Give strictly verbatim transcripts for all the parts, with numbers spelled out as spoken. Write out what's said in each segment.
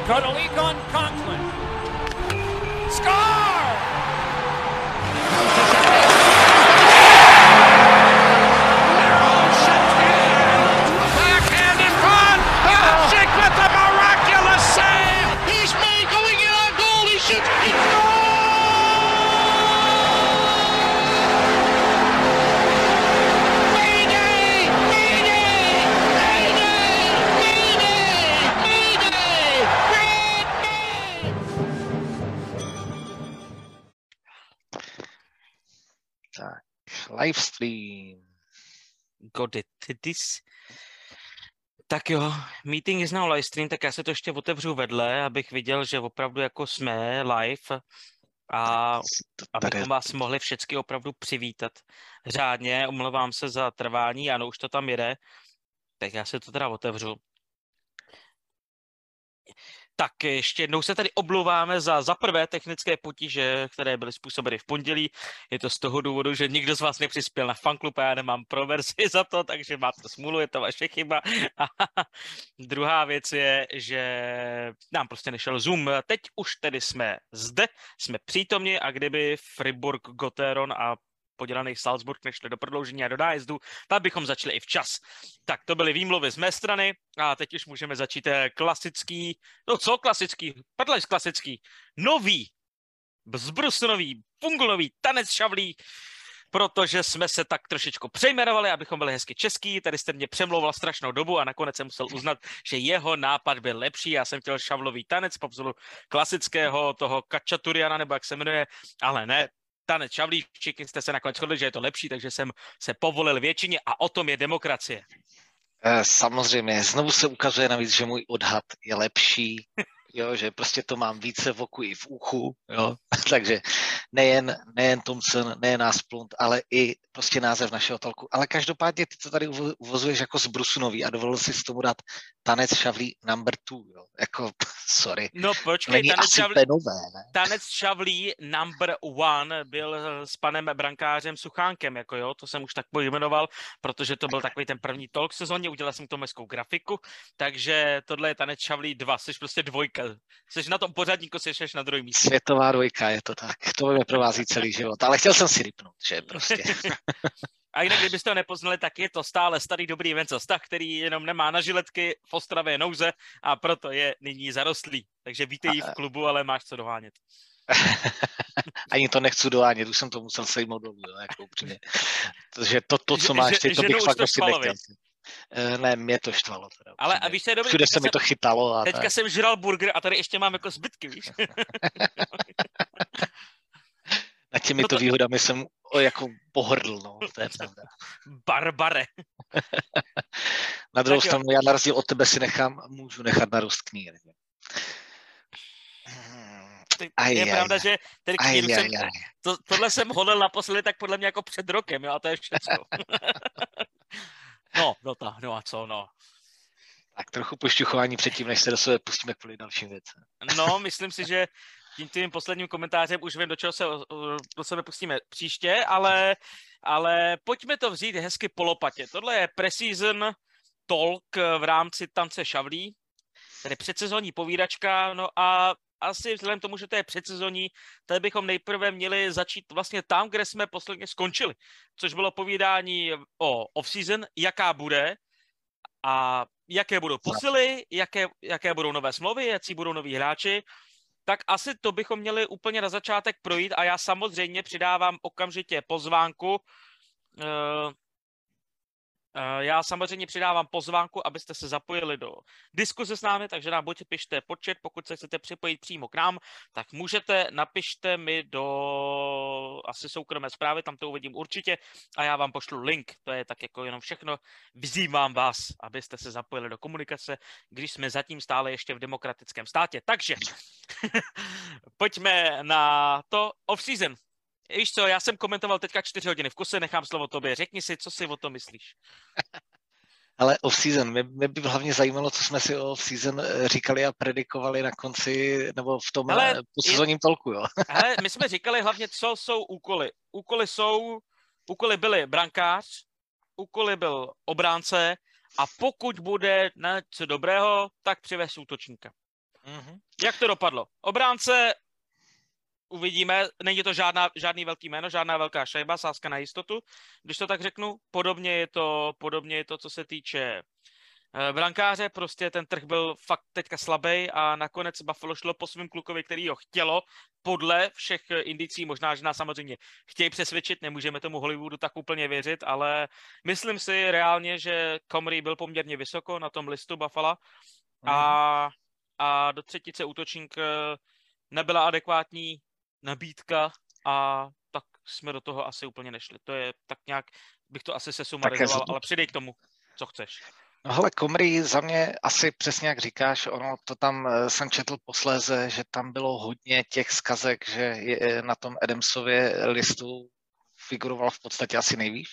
go to Egon Conklin. Score! Backhand in front! Hasek with the miraculous save! He's made going in on goal! He shoots! He Mayday! Mayday! Mayday! Mayday! Mayday! Mayday! Tak, livestream. Got it. This. Tak jo, meeting is now livestream, tak já se to ještě otevřu vedle, abych viděl, že opravdu jako jsme live a abychom vás mohli všechny opravdu přivítat řádně. Omlouvám se za trvání, ano, už to tam jede, tak já se to teda otevřu. Tak ještě jednou se tady omlouváme za za prvé technické potíže, které byly způsobeny v pondělí. Je to z toho důvodu, že nikdo z vás nepřispěl na fanklub a já nemám proverzi za to, takže máte smůlu, je to vaše chyba. A druhá věc je, že nám prostě nešel Zoom. Teď už tedy jsme zde, jsme přítomni a kdyby Fribourg, Gotteron a podělaný Salzburg nešli do prodloužení a do nájezdu, tak bychom začali i včas. Tak to byly výmluvy z mé strany a teď už můžeme začít klasický, no co klasický, prdlejš klasický, nový, zbrusunový, fungulový tanec šavlí, protože jsme se tak trošičku přejmenovali, abychom byli hezky český, tady jste mě přemlouval strašnou dobu a nakonec jsem musel uznat, že jeho nápad byl lepší, já jsem chtěl šavlový tanec po vzoru klasického toho Kačaturiana, nebo jak se jmenuje, ale ne, tanec šavlí, všichni jste se nakonec shodli, že je to lepší, takže jsem se povolil většině a o tom je demokracie. Samozřejmě, znovu se ukazuje navíc, že můj odhad je lepší, jo, že prostě to mám více v oku i v uchu, jo, takže nejen, nejen Thompson, nejen Asplund, ale i prostě název našeho talku, ale každopádně ty to tady uvozuješ jako zbrusunový a dovolil si s tomu dát tanec šavlí number two, jo, jako, sorry. No počkej, tanec šavlí, penové, ne? tanec šavlí number one byl s panem brankářem Suchánkem, jako jo, to jsem už tak pojmenoval, protože to byl takový ten první talk sezóně, udělal jsem tomu hezkou grafiku, takže tohle je tanec šavlí dva, jsi prostě dvojka, jsi na tom pořadníku, jsi na druhém místě. Světová dvojka, je to tak, to mě provází celý život, ale chtěl jsem si ripnout, že prostě. A jinak, kdybyste ho nepoznali, tak je to stále starý dobrý Venco Stach, který jenom nemá na žiletky, v Ostravě nouze a proto je nyní zarostlý. Takže vítej v klubu, ale máš co dohánět. Ani to nechci dohánět, už jsem to musel sejmout dolů, jako upřímně. Takže to, to, co máš, ty, to bych fakt asi nechtěl. Ne, mě to štvalo. Teda, ale a víš, to je dobrý. Všude se mi to chytalo. A teďka tak. jsem žral burger a tady ještě mám jako zbytky, víš? Na těmito no to... výhodami jsem o, jako pohrdl, no, to je pravda. Barbare. Na druhou stranu, já na rozdíl od tebe si nechám, můžu nechat narůst knír. Aj, je aj, pravda, aj, že ten knír aj, jsem, aj. To, tohle jsem hodil naposledy tak podle mě jako před rokem, jo, a to je všechno. no, no, ta, no a co, no. Tak trochu pošťuchování předtím, než se do sebe pustíme kvůli dalším věcem. No, myslím si, že tím tím posledním komentářem už vím, do čeho se do sebe pustíme příště, ale, ale pojďme to vzít hezky po lopatě. Tohle je preseason talk v rámci tance šavlí, tedy předsezonní povídačka, no a asi vzhledem k tomu, že to je předsezonní, tady bychom nejprve měli začít vlastně tam, kde jsme posledně skončili, což bylo povídání o off-season, jaká bude a jaké budou posily, jaké, jaké budou nové smlouvy, jaký budou noví hráči, tak asi to bychom měli úplně na začátek projít a já samozřejmě přidávám okamžitě pozvánku. Já samozřejmě přidávám pozvánku, abyste se zapojili do diskuze s námi, takže nám buď pište pod chat, pokud se chcete připojit přímo k nám, tak můžete, napište mi do asi soukromé zprávy, tam to uvidím určitě a já vám pošlu link, to je tak jako jenom všechno. Vyzývám vás, abyste se zapojili do komunikace, když jsme zatím stále ještě v demokratickém státě. Takže pojďme na to off-season. Víš co, já jsem komentoval teďka čtyři hodiny v kuse, nechám slovo tobě. Řekni si, co si o tom myslíš. Ale off-season, mě, mě by hlavně zajímalo, co jsme si o off-season říkali a predikovali na konci, nebo v tom posezonním tolku, jo. Hele, my jsme říkali hlavně, co jsou úkoly. Úkoly jsou, úkoly byly brankář, úkoly byl obránce a pokud bude něco dobrého, tak přivez útočníka. Mm-hmm. Jak to dopadlo? Obránce uvidíme, není to žádná, žádný velký jméno, žádná velká šajba, sázka na jistotu, když to tak řeknu. Podobně je to, podobně je to, co se týče brankáře, prostě ten trh byl fakt teďka slabý a nakonec Buffalo šlo po svým klukovi, který ho chtělo, podle všech indicí, možná, že nás samozřejmě chtějí přesvědčit, nemůžeme tomu Hollywoodu tak úplně věřit, ale myslím si reálně, že Comrie byl poměrně vysoko na tom listu Buffalo a, a do třetice útočník nebyla adekvátní nabídka a tak jsme do toho asi úplně nešli. To je tak nějak, bych to asi sesumarizoval, ale přidej k tomu, co chceš. No hele, Comrie za mě asi přesně jak říkáš, ono to tam jsem četl posléze, že tam bylo hodně těch zkazek, že je na tom Adamsově listu figuroval v podstatě asi nejvíc,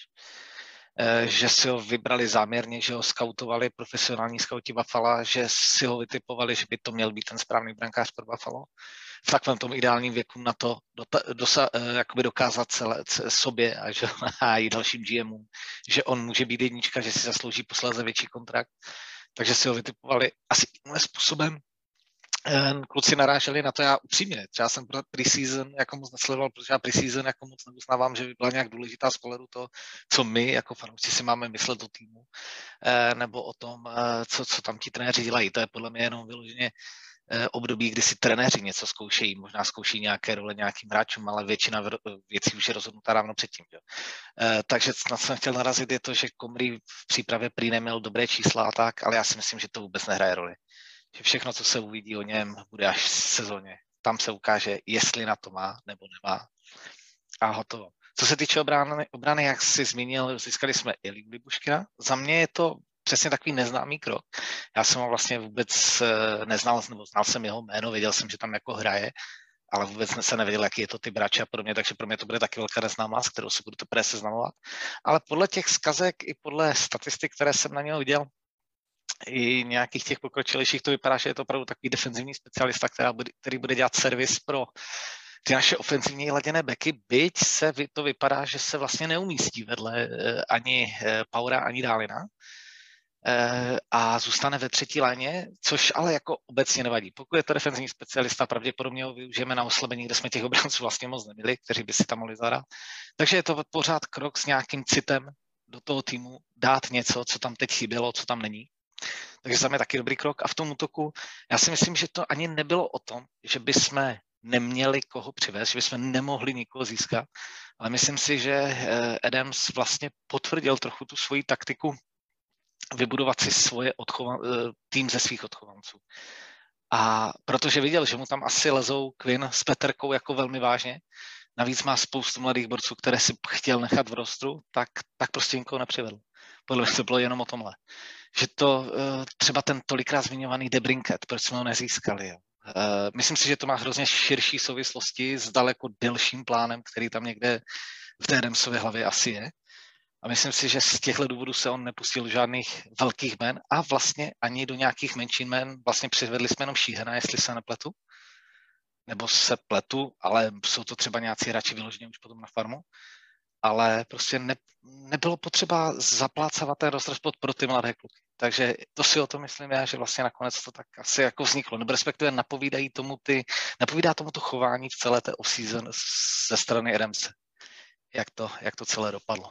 že si ho vybrali záměrně, že ho skautovali profesionální skauti Buffalo, že si ho vytipovali, že by to měl být ten správný brankář pro Buffalo. V takovém tom ideálním věku na to dota, dosa, jakoby dokázat celé, celé sobě a, že, a i dalším GMům, že on může být jednička, že si zaslouží posléze větší kontrakt. Takže si ho vytipovali asi tímhle způsobem. Kluci naráželi na to, já upřímně, já jsem pro preseason jako moc nesledoval, protože já preseason jako moc neuznávám, že by byla nějak důležitá z pohledu toho, co my jako fanoušci si máme myslet o týmu, nebo o tom, co, co tam ti trenéři dělají. To je podle mě jenom vyloženě období, kdy si trenéři něco zkoušejí, možná zkouší nějaké role nějakým hráčům, ale většina věcí už je rozhodnutá dávno předtím. Jo. Takže na co jsem chtěl narazit je to, že Comrie v přípravě prý neměl dobré čísla a tak, ale já si myslím, že to vůbec nehraje roli. Že všechno, co se uvidí o něm, bude až v sezóně. Tam se ukáže, jestli na to má nebo nemá. A hotovo. Co se týče obrany, obrany jak jsi zmínil, získali jsme Iliju Libuškina. Za mě je to přesně takový neznámý krok. Já jsem ho vlastně vůbec neznal, nebo znal jsem jeho jméno, věděl jsem, že tam jako hraje, ale vůbec se nevěděl, jaký je to typ hráče a podobně, takže pro mě to bude taky velká neznámá, s kterou se budu teprve seznamovat. Ale podle těch zkazek i podle statistik, které jsem na něho viděl, i nějakých těch pokročilejších, to vypadá, že je to opravdu takový defenzivní specialista, která bude, který bude dělat servis pro ty naše ofenzivně laděné beky, byť se to vypadá, že se vlastně neumístí vedle ani Paura, ani Dálina a zůstane ve třetí léně, což ale jako obecně nevadí. Pokud je to defenzivní specialista, pravděpodobně ho využijeme na oslabení, kde jsme těch obránců vlastně moc neměli, kteří by si tam mohli zahrát. Takže je to pořád krok s nějakým citem do toho týmu, dát něco, co tam teď chybělo, co tam není. Takže za mě taky dobrý krok. A v tom útoku, já si myslím, že to ani nebylo o tom, že bychom neměli koho přivést, že bychom nemohli nikoho získat, ale myslím si, že Adams vlastně potvrdil trochu tu svoji taktiku vybudovat si svoje odchovan, tým ze svých odchovanců. A protože viděl, že mu tam asi lezou Quinn s Peterkou jako velmi vážně, navíc má spoustu mladých borců, které si chtěl nechat v rostru, tak, tak prostě nikoho nepřivedl. Podle mě to bylo jenom o tomhle. Že to třeba ten tolikrát zmiňovaný DeBrincat, proč jsme ho nezískali. Jo? Myslím si, že to má hrozně širší souvislosti s daleko delším plánem, který tam někde v té Adamsově hlavě asi je. A myslím si, že z těchto důvodů se on nepustil do žádných velkých jmen a vlastně ani do nějakých menších jmen. Vlastně přivedli jsme jenom Sheehana, jestli se nepletu. Nebo se pletu, ale jsou to třeba nějací hráči vyloženě už potom na farmu. Ale prostě ne, nebylo potřeba zaplácávat ten rozpočet pro ty mladé kluky. Takže to si o to myslím já, že vlastně nakonec to tak asi jako vzniklo. Nebo respektive napovídají tomu ty, napovídá tomu to chování v celé té off-season ze strany Adamse. Jak to, jak to celé dopadlo.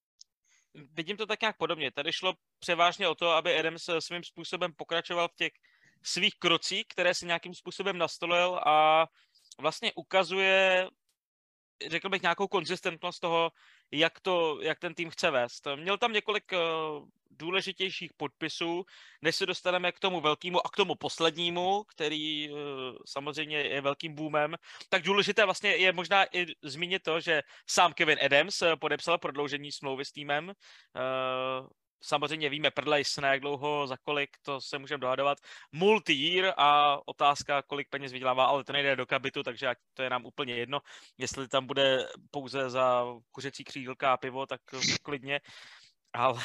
Vidím to tak nějak podobně. Tady šlo převážně o to, aby Adams svým způsobem pokračoval v těch svých krocích, které si nějakým způsobem nastolil a vlastně ukazuje, řekl bych, nějakou konzistentnost toho, jak, to, jak ten tým chce vést. Měl tam několik uh, důležitějších podpisů, než se dostaneme k tomu velkému a k tomu poslednímu, který uh, samozřejmě je velkým boomem. Tak důležité vlastně je možná i zmínit to, že sám Kevin Adams podepsal prodloužení smlouvy s týmem. Uh, Samozřejmě víme prdlejs, na jak dlouho, za kolik, to se můžeme dohadovat. Multi-year a otázka, kolik peněz vydělává, ale to nejde do kabitu, takže to je nám úplně jedno. Jestli tam bude pouze za kuřecí křídlka a pivo, tak klidně. Ale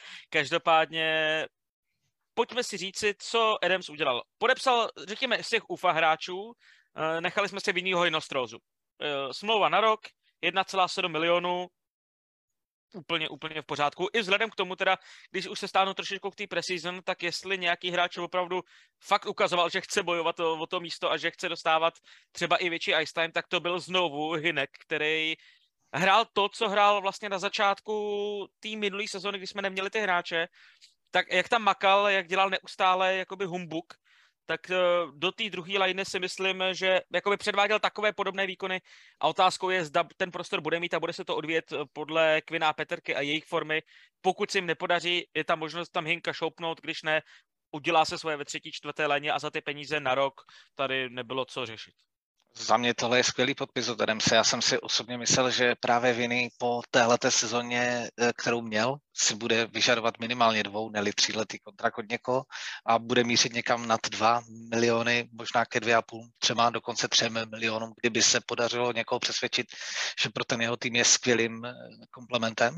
každopádně pojďme si říci, co Adams udělal. Podepsal, řekněme, z těch U F A hráčů, nechali jsme se vinnýho Hinostrozu. Smlouva na rok, jedna celá sedm milionů, úplně, úplně v pořádku. I vzhledem k tomu teda, když už se stáhnu trošičku k té preseason, tak jestli nějaký hráč opravdu fakt ukazoval, že chce bojovat o, o to místo a že chce dostávat třeba i větší ice time, tak to byl znovu Hynek, který hrál to, co hrál vlastně na začátku té minulé sezóny, kdy jsme neměli ty hráče, tak jak tam makal, jak dělal neustále jakoby humbuk, tak do té druhé liny si myslím, že jakoby předváděl takové podobné výkony a otázkou je, zda ten prostor bude mít a bude se to odvíjet podle Quina a Peterky a jejich formy. Pokud se jim nepodaří, je tam možnost tam Hynka šoupnout, když ne, udělá se svoje ve třetí, čtvrté léně a za ty peníze na rok tady nebylo co řešit. Za mě tohle je skvělý podpis od Adamse. Já jsem si osobně myslel, že právě Vinny po téhleté sezóně, kterou měl, si bude vyžadovat minimálně dvou, neli tříletý kontrakt od někoho a bude mířit někam nad dva miliony, možná ke dvě a půl, třeba dokonce třem milionům, kdyby se podařilo někoho přesvědčit, že pro ten jeho tým je skvělým komplementem.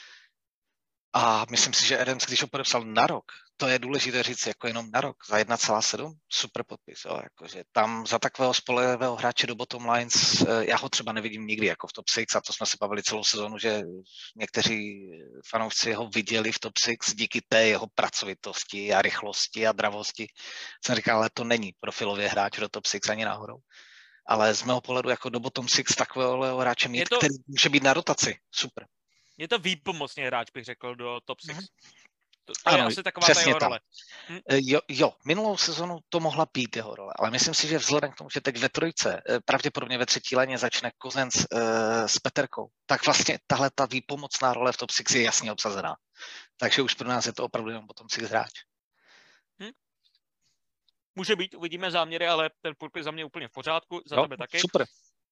A myslím si, že Adams, když ho podepsal na rok, to je důležité říct jako jenom na rok, za jedna celá sedm, super podpis. Jo, jakože tam za takového spolehlivého hráče do bottom lines, já ho třeba nevidím nikdy jako v top šest a to jsme se bavili celou sezonu, že někteří fanoušci ho viděli v top šest díky té jeho pracovitosti a rychlosti a dravosti. Jsem říkal, ale to není profilově hráč do top šest ani náhodou. Ale z mého pohledu jako do bottom šest takového hráče mít, to... který může být na rotaci, super. Je to výpomocný hráč, bych řekl, do top šest. Mm-hmm. To, to ano, je asi taková ta jeho role. Hm? Jo, jo, minulou sezonu to mohla být jeho role, ale myslím si, že vzhledem k tomu, že teď ve trojce, pravděpodobně ve třetí léně začne Kozenc uh, s Peterkou, tak vlastně tahle ta výpomocná role v top šest je jasně obsazená. Takže už pro nás je to opravdu jenom potom šest hráč. Hm? Může být, uvidíme záměry, ale ten podpis za mě úplně v pořádku, za jo, tebe taky. Super.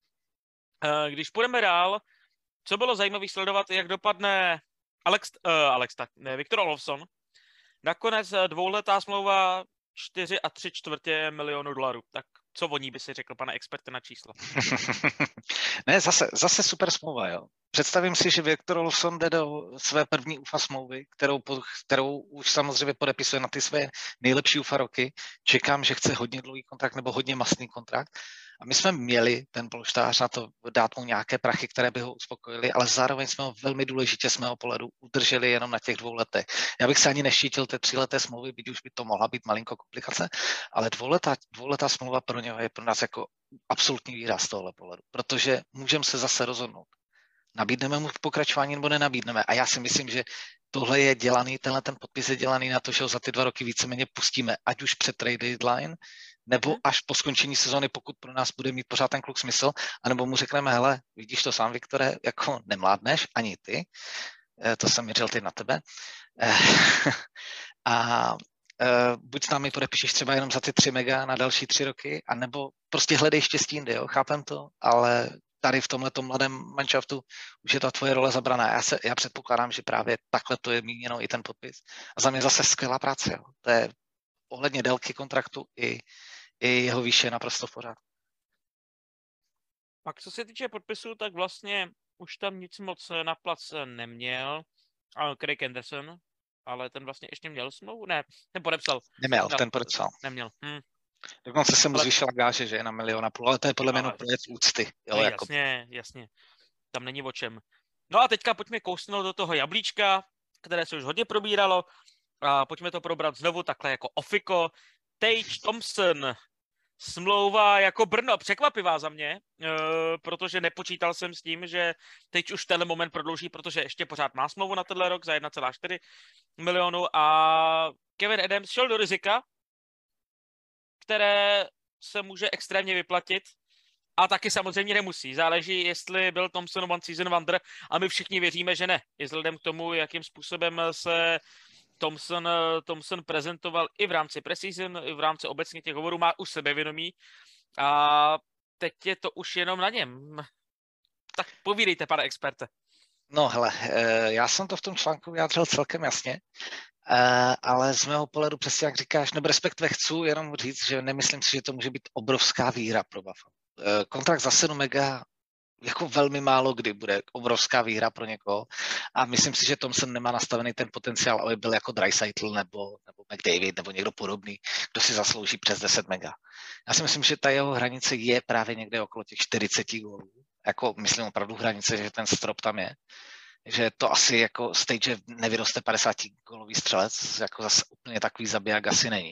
Uh, když půjdeme dál, co bylo zajímavé sledovat, jak dopadne Alex, uh, Alex tak, ne, Viktor Olofsson. Nakonec dvouletá smlouva čtyři a tři čtvrtě milionu dolarů. Tak co o ní by si řekl, pane experte, na čísla? Ne, zase, zase super smlouva, jo. Představím si, že Viktor Olofsson jde do své první U F A smlouvy, kterou, kterou už samozřejmě podepisuje na ty své nejlepší U F A roky. Čekám, že chce hodně dlouhý kontrakt nebo hodně masný kontrakt. A my jsme měli ten polštář na to dát mu nějaké prachy, které by ho uspokojily, ale zároveň jsme ho velmi důležitě z mého pohledu udrželi jenom na těch dvou letech. Já bych se ani neštítil té tříleté smlouvy, byť už by to mohla být malinko komplikace, ale dvouletá, dvouletá smlouva pro něho je pro nás jako absolutní výraz z tohohle pohledu, protože můžeme se zase rozhodnout. Nabídneme mu pokračování nebo nenabídneme. A já si myslím, že tohle je dělaný, tenhle ten podpis je dělaný na to, že ho za ty dva roky víceméně pustíme, ať už před trade deadline, nebo až po skončení sezóny, pokud pro nás bude mít pořád ten kluk smysl, anebo mu řekneme, hele, vidíš to sám, Viktore, jako nemládneš, ani ty, to jsem měřil teď na tebe, a buď s námi podepíšeš třeba jenom za ty tři mega na další tři roky, anebo prostě hledej štěstí jinde, jo, chápem to, ale tady v tomhletom mladém manšaftu už je ta tvoje role zabraná. Já, se, já předpokládám, že právě takhle to je míněno i ten podpis. A za mě zase skvělá práce, jo. To je ohledně délky kontraktu i i jeho výše naprosto v pořádku. Pak co se týče podpisu, tak vlastně už tam nic moc na plac neměl. Ano, Craig Anderson, ale ten vlastně ještě měl smlouvu? Ne, ten podepsal. Neměl, no, ten podepsal. Neměl. Hm. Dokonce se mu ale... zvýšila gáže, že je na milion a půl, ale to je podle mě ale... projev úcty. Jo, no, jako... Jasně, jasně. Tam není o čem. No a teďka pojďme kousnout do toho jablíčka, které se už hodně probíralo. A pojďme to probrat znovu takhle jako ofiko. Tage Thompson, smlouva jako Brno, překvapivá za mě, e, protože nepočítal jsem s tím, že teď už tenhle moment prodlouží, protože ještě pořád má smlouvu na tenhle rok za jedna celá čtyři milionu a Kevin Adams šel do rizika, které se může extrémně vyplatit a taky samozřejmě nemusí. Záleží, jestli byl Thompson one season wonder a my všichni věříme, že ne. I vzhledem k tomu, jakým způsobem se Thompson, Thompson prezentoval i v rámci preseason, i v rámci obecně těch hovorů, má už sebevědomí a teď je to už jenom na něm. Tak povídejte, pane experte. No hele, já jsem to v tom článku vyjádřil celkem jasně, ale z mého pohledu přesně jak říkáš, nebo respektive chci jenom říct, že nemyslím si, že to může být obrovská výhra pro Buffalo. Kontrakt za sedm mega jako velmi málo kdy bude obrovská výhra pro někoho a myslím si, že Thompson nemá nastavený ten potenciál, aby byl jako Draisaitl nebo, nebo McDavid nebo někdo podobný, kdo si zaslouží přes deset mega. Já si myslím, že ta jeho hranice je právě někde okolo těch čtyřicet gólů. Jako myslím opravdu hranice, že ten strop tam je. že to asi jako stage nevyroste padesátigólový střelec, jako zase úplně takový zabiják asi není.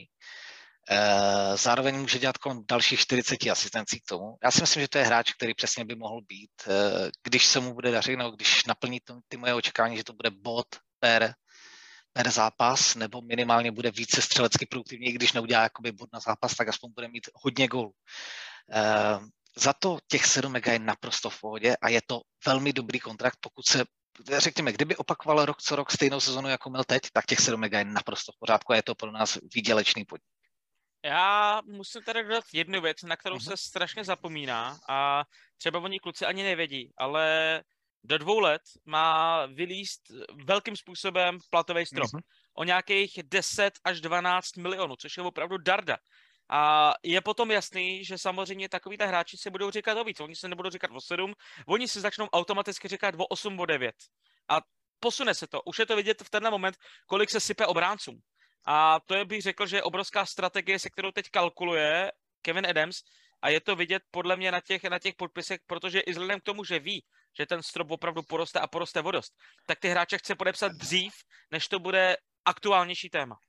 Zároveň může dělat kolem dalších čtyřicet asistencí k tomu. Já si myslím, že to je hráč, který přesně by mohl být, když se mu bude dařit, nebo když naplní ty moje očekávání, že to bude bod per, per zápas, nebo minimálně bude více střelecky produktivní, i když neudělá jakoby bod na zápas, tak aspoň bude mít hodně gólů. Za to těch sedm mega je naprosto v pohodě a je to velmi dobrý kontrakt, pokud se, řekněme, kdyby opakoval rok co rok stejnou sezonu, jako měl teď, tak těch sedm mega je naprosto v pořádku a je to pro nás výdělečný podnik. Já musím tady dodat jednu věc, na kterou se strašně zapomíná a třeba oni kluci ani nevědí, ale do dvou let má vylíst velkým způsobem platový strop. Mm-hmm. O nějakých deset až dvanáct milionů, což je opravdu darda. A je potom jasný, že samozřejmě takovýhle hráči si budou říkat o víc. Oni se nebudou říkat o sedm, oni si začnou automaticky říkat o osm, o devět. A posune se to. Už je to vidět v tenhle moment, kolik se sype obráncům. A to je, bych řekl, že je obrovská strategie, se kterou teď kalkuluje Kevin Adams a je to vidět podle mě na těch, na těch podpisech, protože i vzhledem k tomu, že ví, že ten strop opravdu poroste a poroste vodost, tak ty hráče chce podepsat dřív, než to bude aktuálnější téma.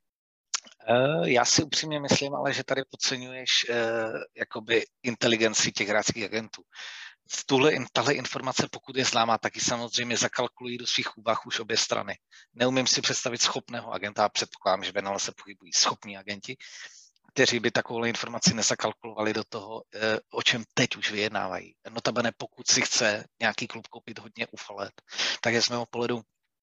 Já si upřímně myslím, ale že tady podceňuješ uh, jakoby inteligenci těch hráčských agentů. Tuhle, tahle informace, pokud je známá, taky samozřejmě zakalkulují do svých úvah už obě strany. Neumím si představit schopného agenta a předpokládám, že v N L se pohybují schopní agenti, kteří by takovou informaci nezakalkulovali do toho, o čem teď už vyjednávají. Notabene, pokud si chce nějaký klub koupit hodně ufalet, tak je z mého pohledu,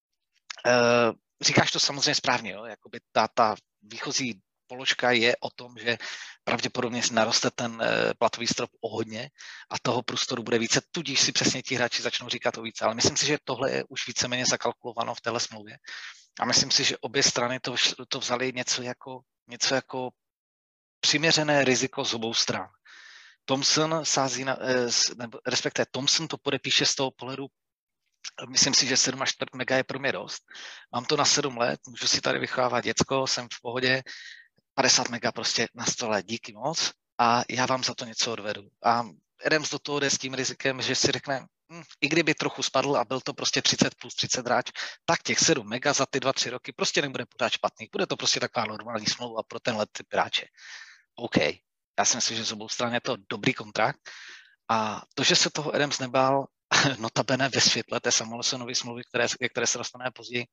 říkáš to samozřejmě správně, jo? Jakoby ta, ta výchozí položka je o tom, že pravděpodobně naroste ten platový strop o hodně a toho prostoru bude více, tudíž si přesně ti hráči začnou říkat o více. Ale myslím si, že tohle je už víceméně zakalkulováno v téhle smlouvě. A myslím si, že obě strany to, to vzali něco jako, něco jako přiměřené riziko z obou stran. Thompson sází na, nebo respektive Thompson to podepíše z toho pohledu, myslím si, že sedm až čtvrt mega je pro mě dost. Mám to na sedm let, můžu si tady vychovávat děcko, jsem v pohodě, padesát mega prostě na stole, díky moc a já vám za to něco odvedu. A Adams do toho jde s tím rizikem, že si řekne, hm, i kdyby trochu spadl a byl to prostě třicet plus třicet hráč, tak těch sedm mega za ty dva, tři roky prostě nebude pořád špatný. Bude to prostě taková normální smlouva pro tenhle typ hráče. OK. Já si myslím, že z obou stran je to dobrý kontrakt a to, že se toho Adams nebál, notabene ve světle té Samuelsonovy smlouvy, které, které se dostaneme později,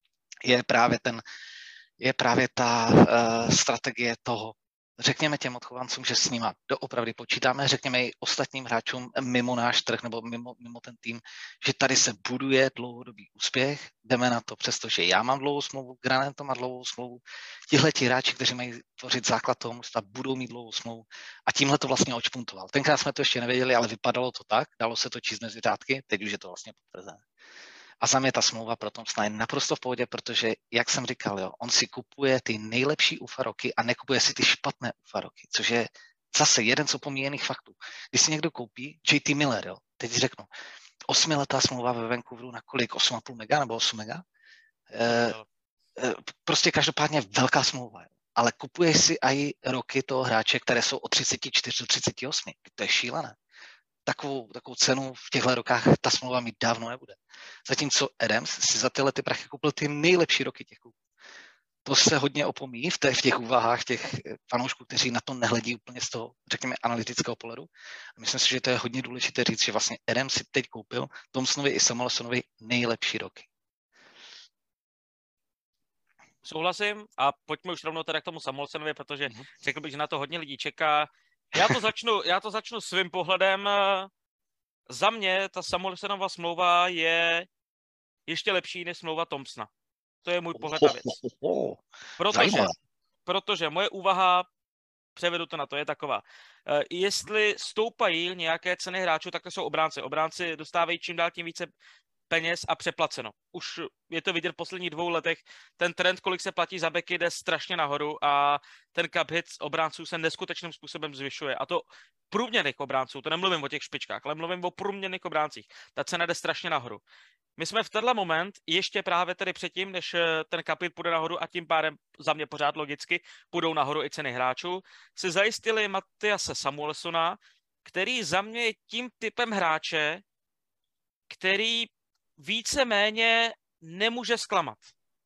je právě ten je právě ta uh, strategie toho, řekněme těm odchovancům, že s nima doopravdy počítáme, řekněme i ostatním hráčům mimo náš trh nebo mimo, mimo ten tým, že tady se buduje dlouhodobý úspěch, jdeme na to, přestože já mám dlouhou smlouvu, Granento má dlouhou smlouvu, tihleti hráči, kteří mají tvořit základ toho mužstva, budou mít dlouhou smlouvu a tímhle to vlastně očpuntoval. Tenkrát jsme to ještě nevěděli, ale vypadalo to tak, dalo se to číst mezi řádky, teď už je to vlastně potvrzené. A za mě ta smlouva pro Thompsona je naprosto v pohodě, protože, jak jsem říkal, jo, on si kupuje ty nejlepší ufaroky a nekupuje si ty špatné ufaroky, což je zase jeden z opomíjených faktů. Když si někdo koupí J T Miller, jo, teď řeknu, osmiletá smlouva ve Vancouveru na kolik, osm a půl mega nebo osm mega? E, e, prostě každopádně velká smlouva, jo. Ale kupuješ si i roky toho hráče, které jsou od třicet čtyři do třicet osm. To je šílené. Takovou, takovou cenu v těchto rokách ta smlouva mít dávno nebude. Zatímco Adams si za tyhle ty prachy koupil ty nejlepší roky těch klubů. To se hodně opomíjí v, té, v těch úvahách těch fanoušků, kteří na to nehledí úplně z toho, řekněme, analytického pohledu. A myslím si, že to je hodně důležité říct, že vlastně Adams si teď koupil Thompsonovi i Samuelsonovi nejlepší roky. Souhlasím a pojďme už rovnou teda k tomu Samuelsonovi, protože mm-hmm. řekl bych, že na to hodně lidí čeká. Já to začnu, já to začnu svým pohledem. Za mě ta Samuelsonova smlouva je ještě lepší než smlouva Thompsona. To je můj pohled na věc. Protože, protože moje úvaha, převedu to na to, je taková. Jestli stoupají nějaké ceny hráčů, tak to jsou obránci. Obránci dostávají čím dál tím více peněz a přeplaceno. Už je to vidět v posledních dvou letech. Ten trend, kolik se platí za beky, jde strašně nahoru a ten cap hit obránců se neskutečným způsobem zvyšuje. A to průměrných obránců, to nemluvím o těch špičkách, ale mluvím o průměrných obráncích. Ta cena jde strašně nahoru. My jsme v tenhle moment, ještě právě tedy předtím, než ten cap hit půjde nahoru a tím pádem za mě pořád logicky půjdou nahoru i ceny hráčů, si zajistili Mattiase Samuelsona, který za mě je tím typem hráče, který víceméně nemůže zklamat.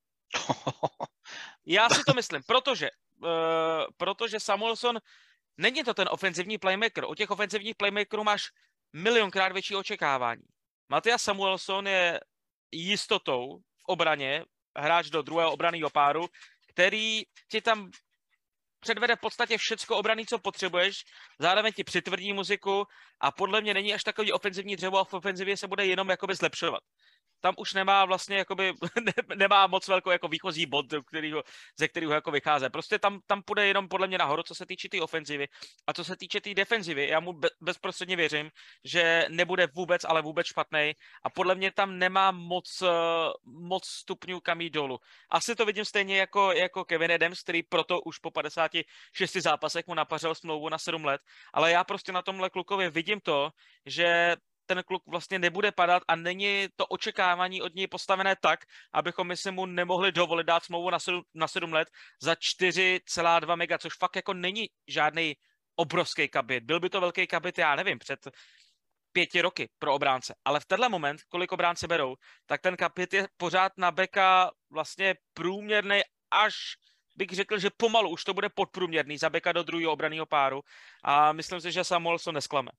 Já si to myslím, protože, uh, protože Samuelson není to ten ofenzivní playmaker. U těch ofenzivních playmakerů máš milionkrát větší očekávání. Matthias Samuelson je jistotou v obraně, hráč do druhého obranného páru, který ti tam předvede v podstatě všecko obranný, co potřebuješ, zároveň ti přitvrdí muziku a podle mě není až takový ofenzivní dřevo a v ofenzivě se bude jenom jakoby zlepšovat. Tam už nemá vlastně jakoby, ne, nemá moc velkou jako výchozí bod, kterýho, ze kterého jako vychází. Prostě tam, tam půjde jenom podle mě nahoru, co se týče té tý ofenzivy. A co se týče té tý defenzivy, já mu be, bezprostředně věřím, že nebude vůbec, ale vůbec špatný. A podle mě tam nemá moc, moc stupňů kam jít dolů. Asi to vidím stejně jako, jako Kevin Adams, který proto už po padesáti šesti zápasech mu napařil smlouvu na sedm let. Ale já prostě na tomhle klukově vidím to, že ten kluk vlastně nebude padat a není to očekávání od něj postavené tak, abychom my si mu nemohli dovolit dát smlouvu na sedm, na sedm let za čtyři celá dva mega, což fakt jako není žádný obrovský kabit. Byl by to velký kabit, já nevím, před pěti roky pro obránce. Ale v tenhle moment, kolik obránce berou, tak ten kabit je pořád na beka vlastně průměrný až bych řekl, že pomalu už to bude podprůměrný za beka do druhého obranného páru a myslím si, že Samuelson nesklame.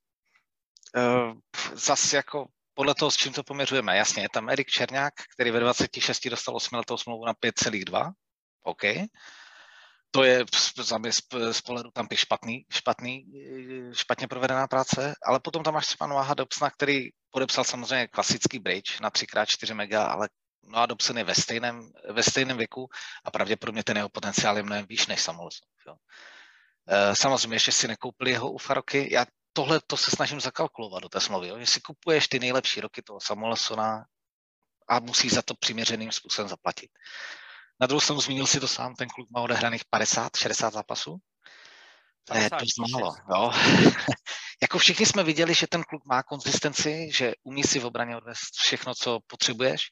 Uh, zas jako podle toho, s čím to poměřujeme. Jasně, je tam Erik Černák, který ve dvaceti šesti dostal osmiletou smlouvu na pět celá dva. OK. To je za mě z pohledu Tampy špatný, špatný, špatně provedená práce, ale potom tam máš třeba Noaha Dobsona, který podepsal samozřejmě klasický bridge na tři krát čtyři mega, ale Noah Dobson je ve stejném, ve stejném věku a pravděpodobně ten jeho potenciál je mnohem výš než Samuelson. Jo. Samozřejmě ještě si nekoupili jeho ufa roky. Já tohle to se snažím zakalkulovat do té smlouvy. Jo. Jestli kupuješ ty nejlepší roky toho Samuelsona a musíš za to přiměřeným způsobem zaplatit. Na druhou stranu zmínil si to sám, ten kluk má odehraných padesát šedesát zápasů. To je dost málo. Jo. Jako všichni jsme viděli, že ten kluk má konzistenci, že umí si v obraně odvést všechno, co potřebuješ.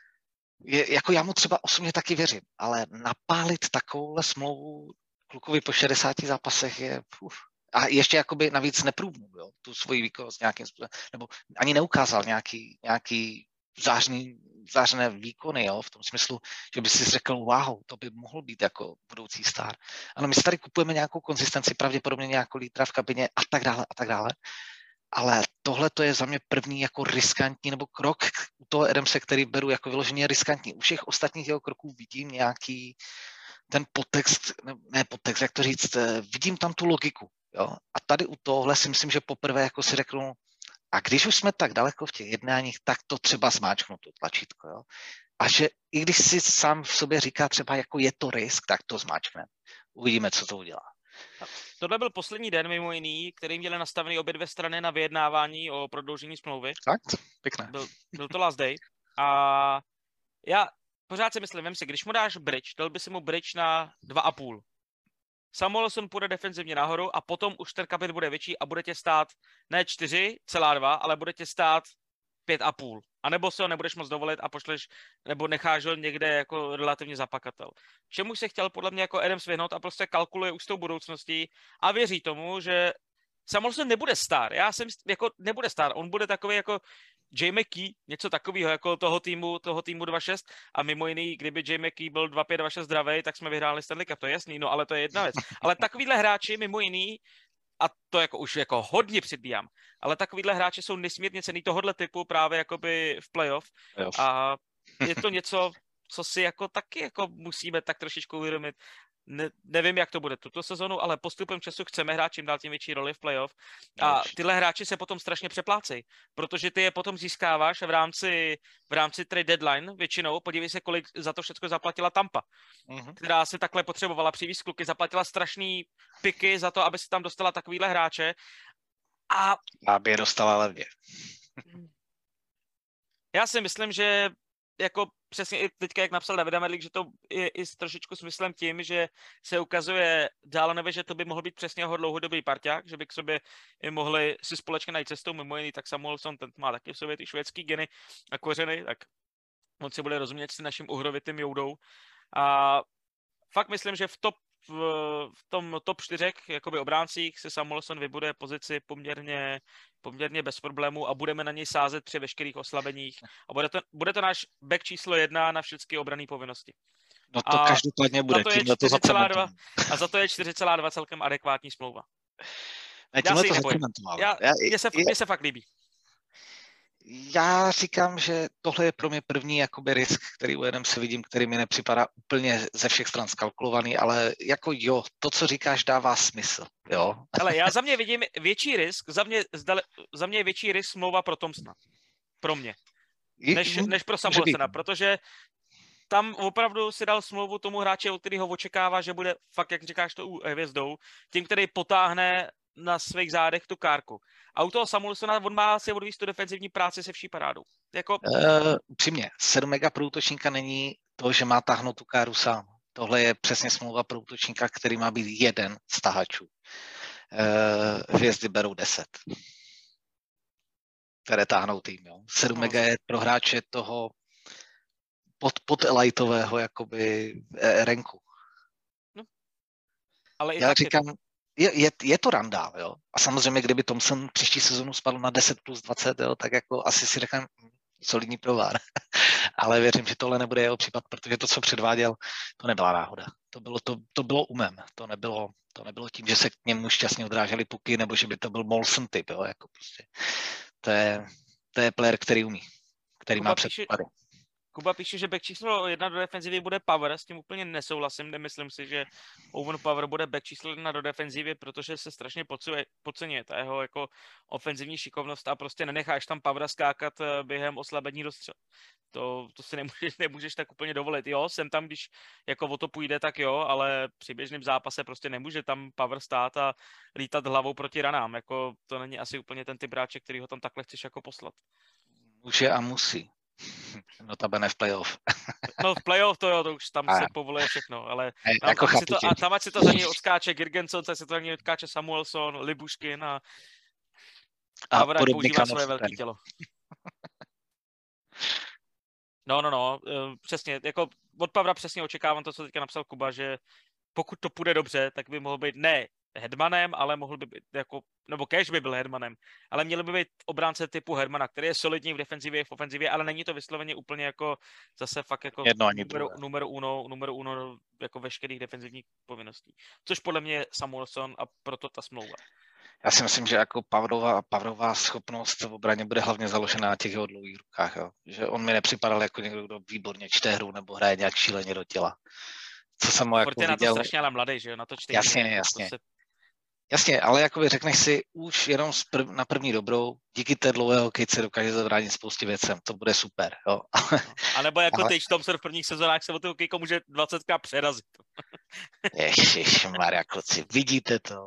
Je, jako já mu třeba osobně taky věřím, ale napálit takovouhle smlouvu klukovi po šedesáti zápasech je... Uf. A ještě jakoby navíc neprůvnul, jo, tu svoji výkonnost nějakým způsobem, nebo ani neukázal nějaký, nějaký zářný, zářné výkony, jo, v tom smyslu, že by si řekl, wow, to by mohl být jako budoucí star. Ano, my si tady kupujeme nějakou konzistenci, pravděpodobně nějakou lídra v kabině a tak dále a tak dále, ale tohle to je za mě první jako riskantní, nebo krok u toho Adamse, který beru jako vyloženě riskantní. U všech ostatních jeho kroků vidím nějaký ten podtext, ne podtext, jak to říct, vidím tam tu logiku. Jo? A tady u tohle si myslím, že poprvé jako si řeknu, a když už jsme tak daleko v těch jednáních, tak to třeba zmáčknu, to tlačítko. Jo? A že i když si sám v sobě říká třeba, jako je to risk, tak to zmáčkne. Uvidíme, co to udělá. Tohle byl poslední den, mimo jiný, který měli nastavený obě dvě strany na vyjednávání o prodloužení smlouvy. Tak, pěkné. Byl, byl to last day. A já pořád si myslím, vem si, když mu dáš bridge, dal by si mu bridge na dva a půl. Samuelson půjde defenzivně nahoru a potom už ten kapit bude větší a bude tě stát ne čtyři celá dva, ale bude tě stát pět a půl. A nebo se ho nebudeš moc dovolit a pošleš, nebo necháš ho někde jako relativně zapakatel. Čemu se chtěl podle mě jako Adams vyhnout a prostě kalkuluje už s tou budoucností a věří tomu, že Samuelson nebude star. Já jsem jako nebude star, on bude takový jako Jay McKee, něco takového jako toho týmu, toho týmu dva šest a mimo jiný, kdyby Jay McKee byl dva pět dva šest zdravej, tak jsme vyhráli Stanley Cup, to je jasný, no ale to je jedna věc. Ale takovýhle hráči mimo jiný, a to jako už jako hodně předbíjám, ale takovýhle hráči jsou nesmírně cenný tohohle typu právě jakoby v playoff a je to něco, co si jako taky jako musíme tak trošičku uvědomit. Ne, nevím, jak to bude tuto sezonu, ale postupem času chceme hrát čím dál tím větší roli v playoff a tyhle hráči se potom strašně přeplácejí, protože ty je potom získáváš v rámci, v rámci trade deadline většinou. Podívej se, kolik za to všechno zaplatila Tampa, mm-hmm. která si takhle potřebovala přivést kluky, zaplatila strašný piky za to, aby si tam dostala takovýhle hráče a... Aby je dostala levně. Já si myslím, že jako přesně i teďka, jak napsal David Medlík, že to je i s trošičku smyslem tím, že se ukazuje Dálanovi, že to by mohl být přesně jeho dlouhodobý parťák, že by k sobě i mohli si společně najít cestou, mimo jiný, tak Samuelson, ten má taky v sobě ty švédský geny a kořeny, tak on si bude rozumět s naším uhrovitým Joudou. A fakt myslím, že v top v, v tom top čtyřech jakoby obráncích si Samuelson vybuduje pozici poměrně, poměrně bez problémů a budeme na něj sázet při veškerých oslabeních. A bude to, bude to náš back číslo jedna na všechny obranné povinnosti. No to a každopádně bude. To je to čtyři celá dva, a za to je čtyři celá dva celkem adekvátní smlouva. Ne, Já si to nebojím. Já, já, mně, se, mně se fakt líbí. Já říkám, že tohle je pro mě první jakoby risk, který u jedem si vidím, který mi nepřipadá úplně ze všech stran skalkulovaný, ale jako jo, to, co říkáš, dává smysl, jo. Ale já za mě vidím větší risk, za mě, zdale, za mě je větší risk smlouva pro Thompsona. Pro mě. Než, než pro Samuelsona, protože tam opravdu si dal smlouvu tomu hráči, od kterého očekává, že bude fakt, jak říkáš to hvězdou, tím, který potáhne na svých zádech tu kárku. A u toho Samuelsona on má si odvíct tu defenzivní práci se vší parádou. Jako... Uh, upřímně, sedm mega pro útočníka není to, že má táhnout tu káru sám. Tohle je přesně smlouva pro útočníka, který má být jeden z tahačů. Uh, hvězdy berou deset. Které táhnou tým. Jo. sedm no. mega je pro hráče toho pod, pod elitového jakoby eh, renku. No. Ale i Já tak říkám, je, je, je to randál, jo. A samozřejmě, kdyby Thompson příští sezonu spadl na deset plus dvacet, jo, tak jako asi si řekám solidní provár. Ale věřím, že tohle nebude jeho případ, protože to, co předváděl, to nebyla náhoda. To bylo, to, to bylo umem. To nebylo, to nebylo tím, že se k němu šťastně odrážely puky, nebo že by to byl Molson typ, jo, jako prostě. To je, to je player, který umí, který Kuba má píše, předpoklady. Kuba píše, že back číslo jedna do defenzivy bude Power, s tím úplně nesouhlasím, nemyslím si, že Owen Power bude back číslo jedna do defenzivy, protože se strašně podceňuje ta jeho jako ofenzivní šikovnost a prostě nenecháš tam Powera skákat během oslabení do střel. To, to si nemůžeš, nemůžeš tak úplně dovolit. Jo, jsem tam, když jako o to půjde, tak jo, ale při běžném zápase prostě nemůže tam Power stát a lítat hlavou proti ranám. Jako to není asi úplně ten typ hráče, který ho tam takhle chceš jako poslat. Může a musí. Notabene v playoff. No v playoff to jo, to už tam a se povoluje všechno, ale tam, jako tam si to, a tam ať si to za něj odskáče Girgensson, tak si to za něj odskáče Samuelson, Libuškin a a používá svoje velké tělo. No, no, no, přesně, jako od Pavra přesně očekávám to, co teďka napsal Kuba, že pokud to půjde dobře, tak by mohl být ne headmanem, ale mohl by být jako, nebo Cash by byl headmanem, ale měl by být obránce typu Hermana, který je solidní v defenzivě, v ofenzivě, ale není to vysloveně úplně jako zase fakt jako numero, numero uno, numero uno jako veškerých defenzivních povinností. Což podle mě je Samuelson a proto ta smlouva. Já si myslím, že jako Pavrová, Pavrová schopnost v obraně bude hlavně založena na těch jeho dlouhých rukách. Jo. Že on mi nepřipadal jako někdo, kdo výborně čte hru nebo hraje nějak šíleně do těla. Co jsem ho jako viděl... na to strašně ale mladý, že jo, na to čtení. Jasně, jasně. Se... Jasně, ale jakoby řekneš si už jenom prv, na první dobrou, díky té dlouhé hokejce dokáže zabránit spoustě věcem, to bude super, jo. A nebo jako ale... Tage Thompson v prvních sezónách se o tu hokejku může dvacetkrát přerazit. Ježišmarja, kluci, vidíte to.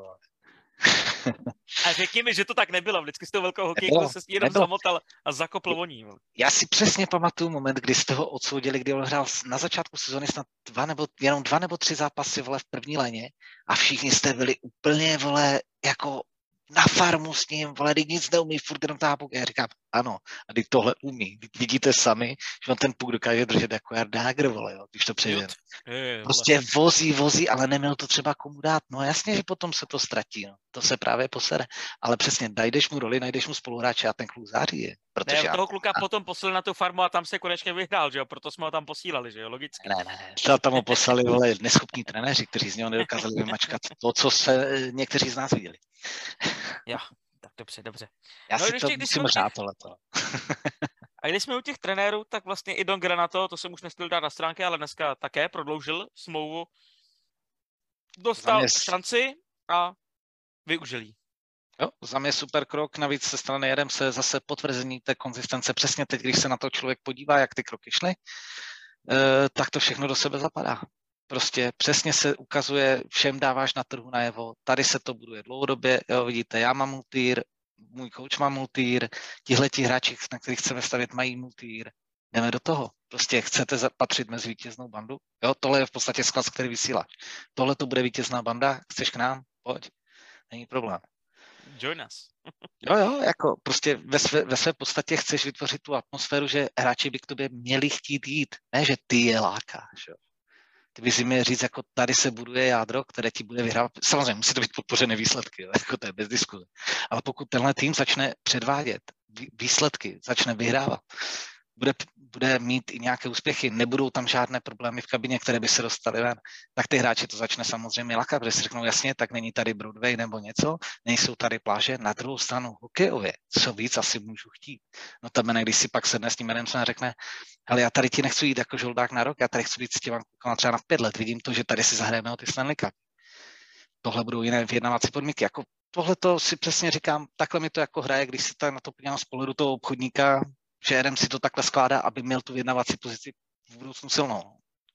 A řekni mi, že to tak nebylo. Vždycky s tou velkou hokejkou se jenom nebylo. Zamotal a zakopl voní. Já si přesně pamatuju moment, kdy jste ho odsoudili, kdy on hrál na začátku sezóny snad dva nebo, jenom dva nebo tři zápasy vole, v první léně a všichni jste byli úplně vole, jako na farmu s ním, vole, teď nic neumí, furt jenom tápuk. Já říkám, ano, a teď tohle umí. Vidíte sami, že on ten puk dokáže držet jako Jardágr, vole, jo, když to přejde. Prostě vozí, vozí, ale neměl to třeba komu dát. No jasně, že potom se to ztratí, no. To se právě posere. Ale přesně, najdeš mu roli, najdeš mu spoluhráče a ten kluk září je. Protože ne, toho kluka a... potom poslali na tu farmu a tam se konečně vyhrál, že jo, proto jsme ho tam posílali, že jo, logicky. Ne, ne, to tam ho poslali, vole, neschopní trenéři, kteří z něho nedokázali vymačkat to, co se někteří z nás viděli. Jo, tak dobře, dobře. Já no, si to musím řát těch... tohleto. A když jsme u těch trenérů, tak vlastně i Don Granato, to jsem už nestihl dát na stránky, ale dneska také prodloužil smlouvu. Dostal mě... šanci a využil jí. Jo, za mě super krok, navíc se strany jedem se zase potvrzení té konzistence. Přesně teď, když se na to člověk podívá, jak ty kroky šly, eh, tak to všechno do sebe zapadá. Prostě přesně se ukazuje, všem dáváš na trhu najevo, tady se to buduje dlouhodobě, jo, vidíte, já mám multýr, můj coach má multýr, tihleti hráči, na kterých chceme stavět, mají multýr, jdeme do toho. Prostě chcete patřit mezi vítěznou bandu, jo, tohle je v podstatě sklad, který vysíláš. Tohle to bude vítězná banda, chceš k nám, pojď, není problém. Join us. Jo, jo, jako prostě ve své, ve své podstatě chceš vytvořit tu atmosféru, že hráči by k tobě měli chtít jít, ne, že ty je lákáš, jo. ty bys mi říct, jako tady se buduje jádro, které ti bude vyhrávat. Samozřejmě musí to být podpořené výsledky, jo, jako to je bez diskuze. Ale pokud tenhle tým začne předvádět výsledky, začne vyhrávat, bude, bude mít i nějaké úspěchy, nebudou tam žádné problémy v kabině, které by se dostaly ven, tak ty hráči to začne samozřejmě lakat, protože si řeknou, jasně, tak není tady Broadway nebo něco, nejsou tady pláže, na druhou stranu hokejově, co víc asi můžu chtít. No tam, když si pak sedne s tím Adamsem a řekne, ale já tady ti nechci jít jako žoldák na rok, já tady chci být s těma klukama třeba na pět let, vidím to, že tady si zahrajeme o ty Stanley Cup. Tohle budou jiné vyjednávací podmínky, jako tohle to si přesně říkám, takhle mi to jako hraje, když si tak na to podívám z pohledu toho obchodníka, že Adam si to takhle skládá, aby měl tu vyjednávací pozici v budoucnu silnou.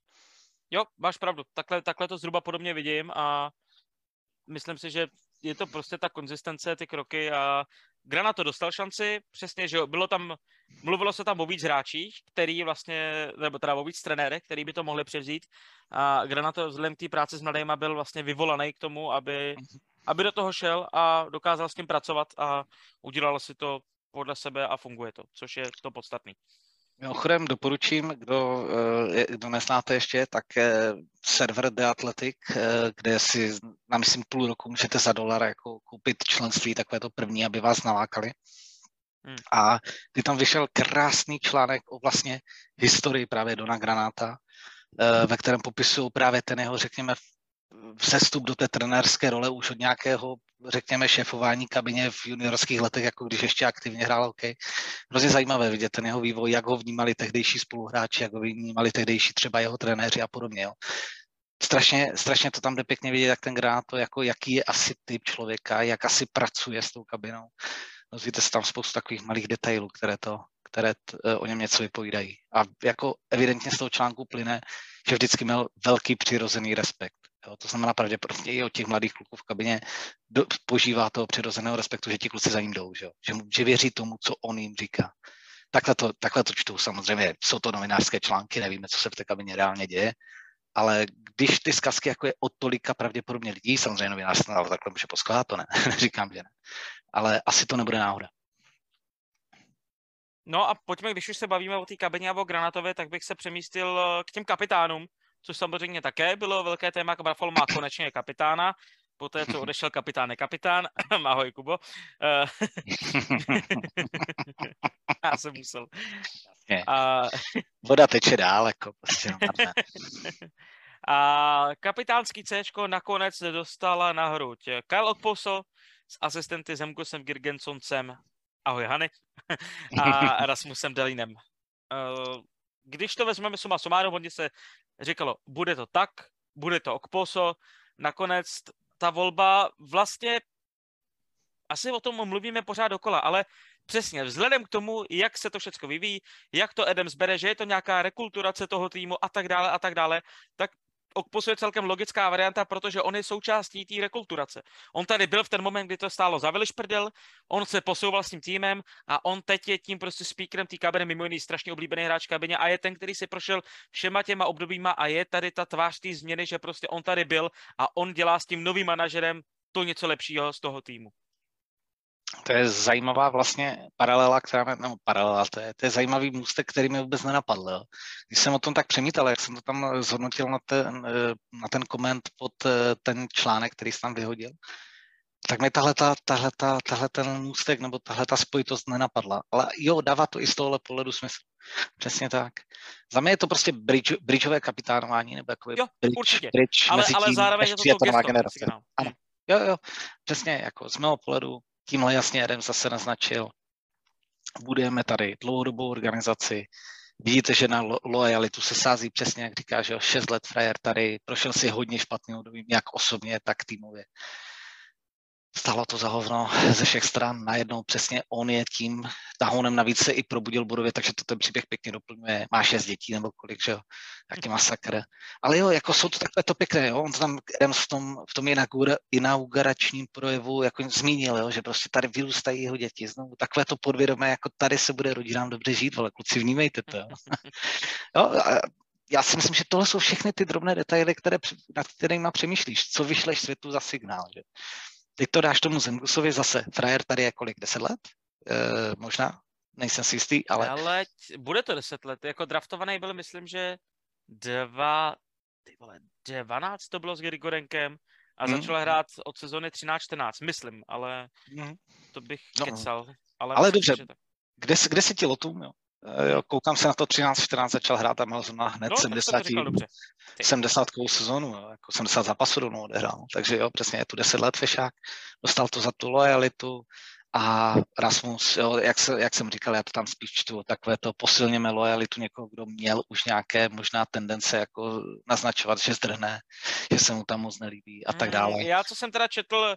Jo, máš pravdu. Takhle, takhle to zhruba podobně vidím a myslím si, že je to prostě ta konzistence, ty kroky a Granato dostal šanci, přesně, že bylo tam, mluvilo se tam o víc hráčích, který vlastně, nebo teda o víc trenérech, který by to mohli převzít a Granato vzhledem k té práci s mladýma byl vlastně vyvolaný k tomu, aby, aby do toho šel a dokázal s tím pracovat a udělal si to podle sebe a funguje to, což je to podstatný. Mimochodem doporučím, kdo, kdo neznáte ještě, tak server The Athletic, kde si na myslím půl roku můžete za dolar jako koupit členství, takové to první, aby vás nalákali. Hmm. A kdy tam vyšel krásný článek o vlastně historii právě Dona Granáta, ve kterém popisují právě ten jeho, řekněme, vzestup do té trenérské role už od nějakého, řekněme, šéfování kabině v juniorských letech, jako když ještě aktivně hrál hokej. Hrozně zajímavé vidět ten jeho vývoj, jak ho vnímali tehdejší spoluhráči, jak ho vnímali tehdejší třeba jeho trenéři a podobně. Jo. Strašně, strašně to tam jde pěkně vidět, jak ten Granato, jako jaký je asi typ člověka, jak asi pracuje s tou kabinou. Dozvíte se tam spoustu takových malých detailů, které, to, které t, o něm něco vypovídají. A jako evidentně z toho článku plyne, že vždycky měl velký přirozený respekt. Jo, to znamená pravděpodobně i od těch mladých kluků v kabině do, požívá toho přirozeného respektu, že ti kluci za ním jdou, že, že, že věří tomu, co on jim říká. Takhle to, takhle to čtou samozřejmě, jsou to novinářské články, nevíme, co se v té kabině reálně děje, ale když ty zkazky jako je od tolika pravděpodobně lidí, samozřejmě novinář se takhle může poskládat, to ne, neříkám, že ne, ale asi to nebude náhoda. No a pojďme, když už se bavíme o té kabině a o Granatově, tak bych se přemístil k těm kapitánům, což samozřejmě také bylo velké téma. Buffalo má konečně kapitána, poté co odešel kapitán nekapitán. Ahoj, Kubo. Já jsem musel. A... Voda teče dál, jako prostě. A kapitánský Cčko nakonec dostala na hruď Kyle Okposo s asistenty Zemgusem Girgensoncem, ahoj Hany, a Rasmusem Delinem. Když to vezmeme suma sumárum, hodně se říkalo, bude to tak, bude to Okposo, nakonec ta volba vlastně, asi o tom mluvíme pořád dokola, ale přesně, vzhledem k tomu, jak se to všechno vyvíjí, jak to Adams bere, že je to nějaká rekulturace toho týmu a tak dále a tak dále, tak Okposo je celkem logická varianta, protože on je součástí té rekulturace. On tady byl v ten moment, kdy to stálo za velišprdel, on se posouval s tím týmem a on teď je tím prostě speakerem té kabiny, mimo jiný strašně oblíbený hráč v kabině a je ten, který si prošel všema těma obdobíma a je tady ta tvář té změny, že prostě on tady byl a on dělá s tím novým manažerem to něco lepšího z toho týmu. To je zajímavá vlastně paralela, která mě, no paralela, to je, to je zajímavý můstek, který mi vůbec nenapadl. Jo. Když jsem o tom tak přemítal, jak jsem to tam zhodnotil na ten, na ten koment pod ten článek, který jsem tam vyhodil, tak mi tahleta, tahleta, tahle ten můstek nebo tahle ta spojitost nenapadla. Ale jo, dává to i z tohohle pohledu smysl. Přesně tak. Za mě je to prostě bridge, bridgeové kapitánování, nebo jako jo, bridge, určitě. bridge ale, mezi ale tím, zároveň je to to nová gesto. generace. Ano. Jo, jo, přesně, jako z mého pohledu tímhle jasně Adam zase naznačil. Budujeme tady dlouhodobou organizaci. Vidíte, že na lo- lojalitu se sází přesně, jak říká, že jo, šest let frajer tady, prošel si hodně špatný období, jak osobně, tak týmově. Stálo to za hovno ze všech stran, najednou přesně on je tím tahounem, navíc se i probudil bodově, takže to ten příběh pěkně doplňuje, má šest dětí nebo kolik, že jo, jaký masakr. Ale jo, jako jsou to takové to pěkné, jo, on tam v tom, v tom inauguračním projevu jako zmínil, jo, že prostě tady vyrůstají jeho děti, znovu takové to podvědomé, jako tady se bude rodinám dobře žít, vole, kluci, vnímejte to, jo. Jo, a já si myslím, že tohle jsou všechny ty drobné detaily, které, nad kterými přemýšlíš, co vyšleš světu za signál, že? Teď to dáš tomu Zemgusovi zase. Frajer tady je kolik? Deset let? E, možná? Nejsem si jistý, ale... Ale bude to deset let. Jako draftovaný byl, myslím, že dva ty vole, dvanáct to bylo s Grigorenkem a Hmm. začal hrát od sezóny třináct čtrnáct, myslím, ale Hmm. to bych No, kecal. Ale, ale myslím dobře, si, že tak. kde, se- kde se ti lotum, jo? Eh, Jo, koukám se na to třináct čtrnáct, začal hrát a měl zrovna hned No, tak jsem sedmdesát, to říkal dobře. Ty. sedmdesátkovou sezónu, jo, jako sedmdesát zápasů rovnou odehrál. Takže jo, přesně je tu deset let fešák, dostal to za tu lojalitu a Rasmus, jo, jak, se, jak jsem říkal, já to tam spíš čtu, takové to posilněme lojalitu někoho, kdo měl už nějaké možná tendence jako naznačovat, že zdrhne, že se mu tam moc nelíbí a tak dále. Mm, já, co jsem teda četl,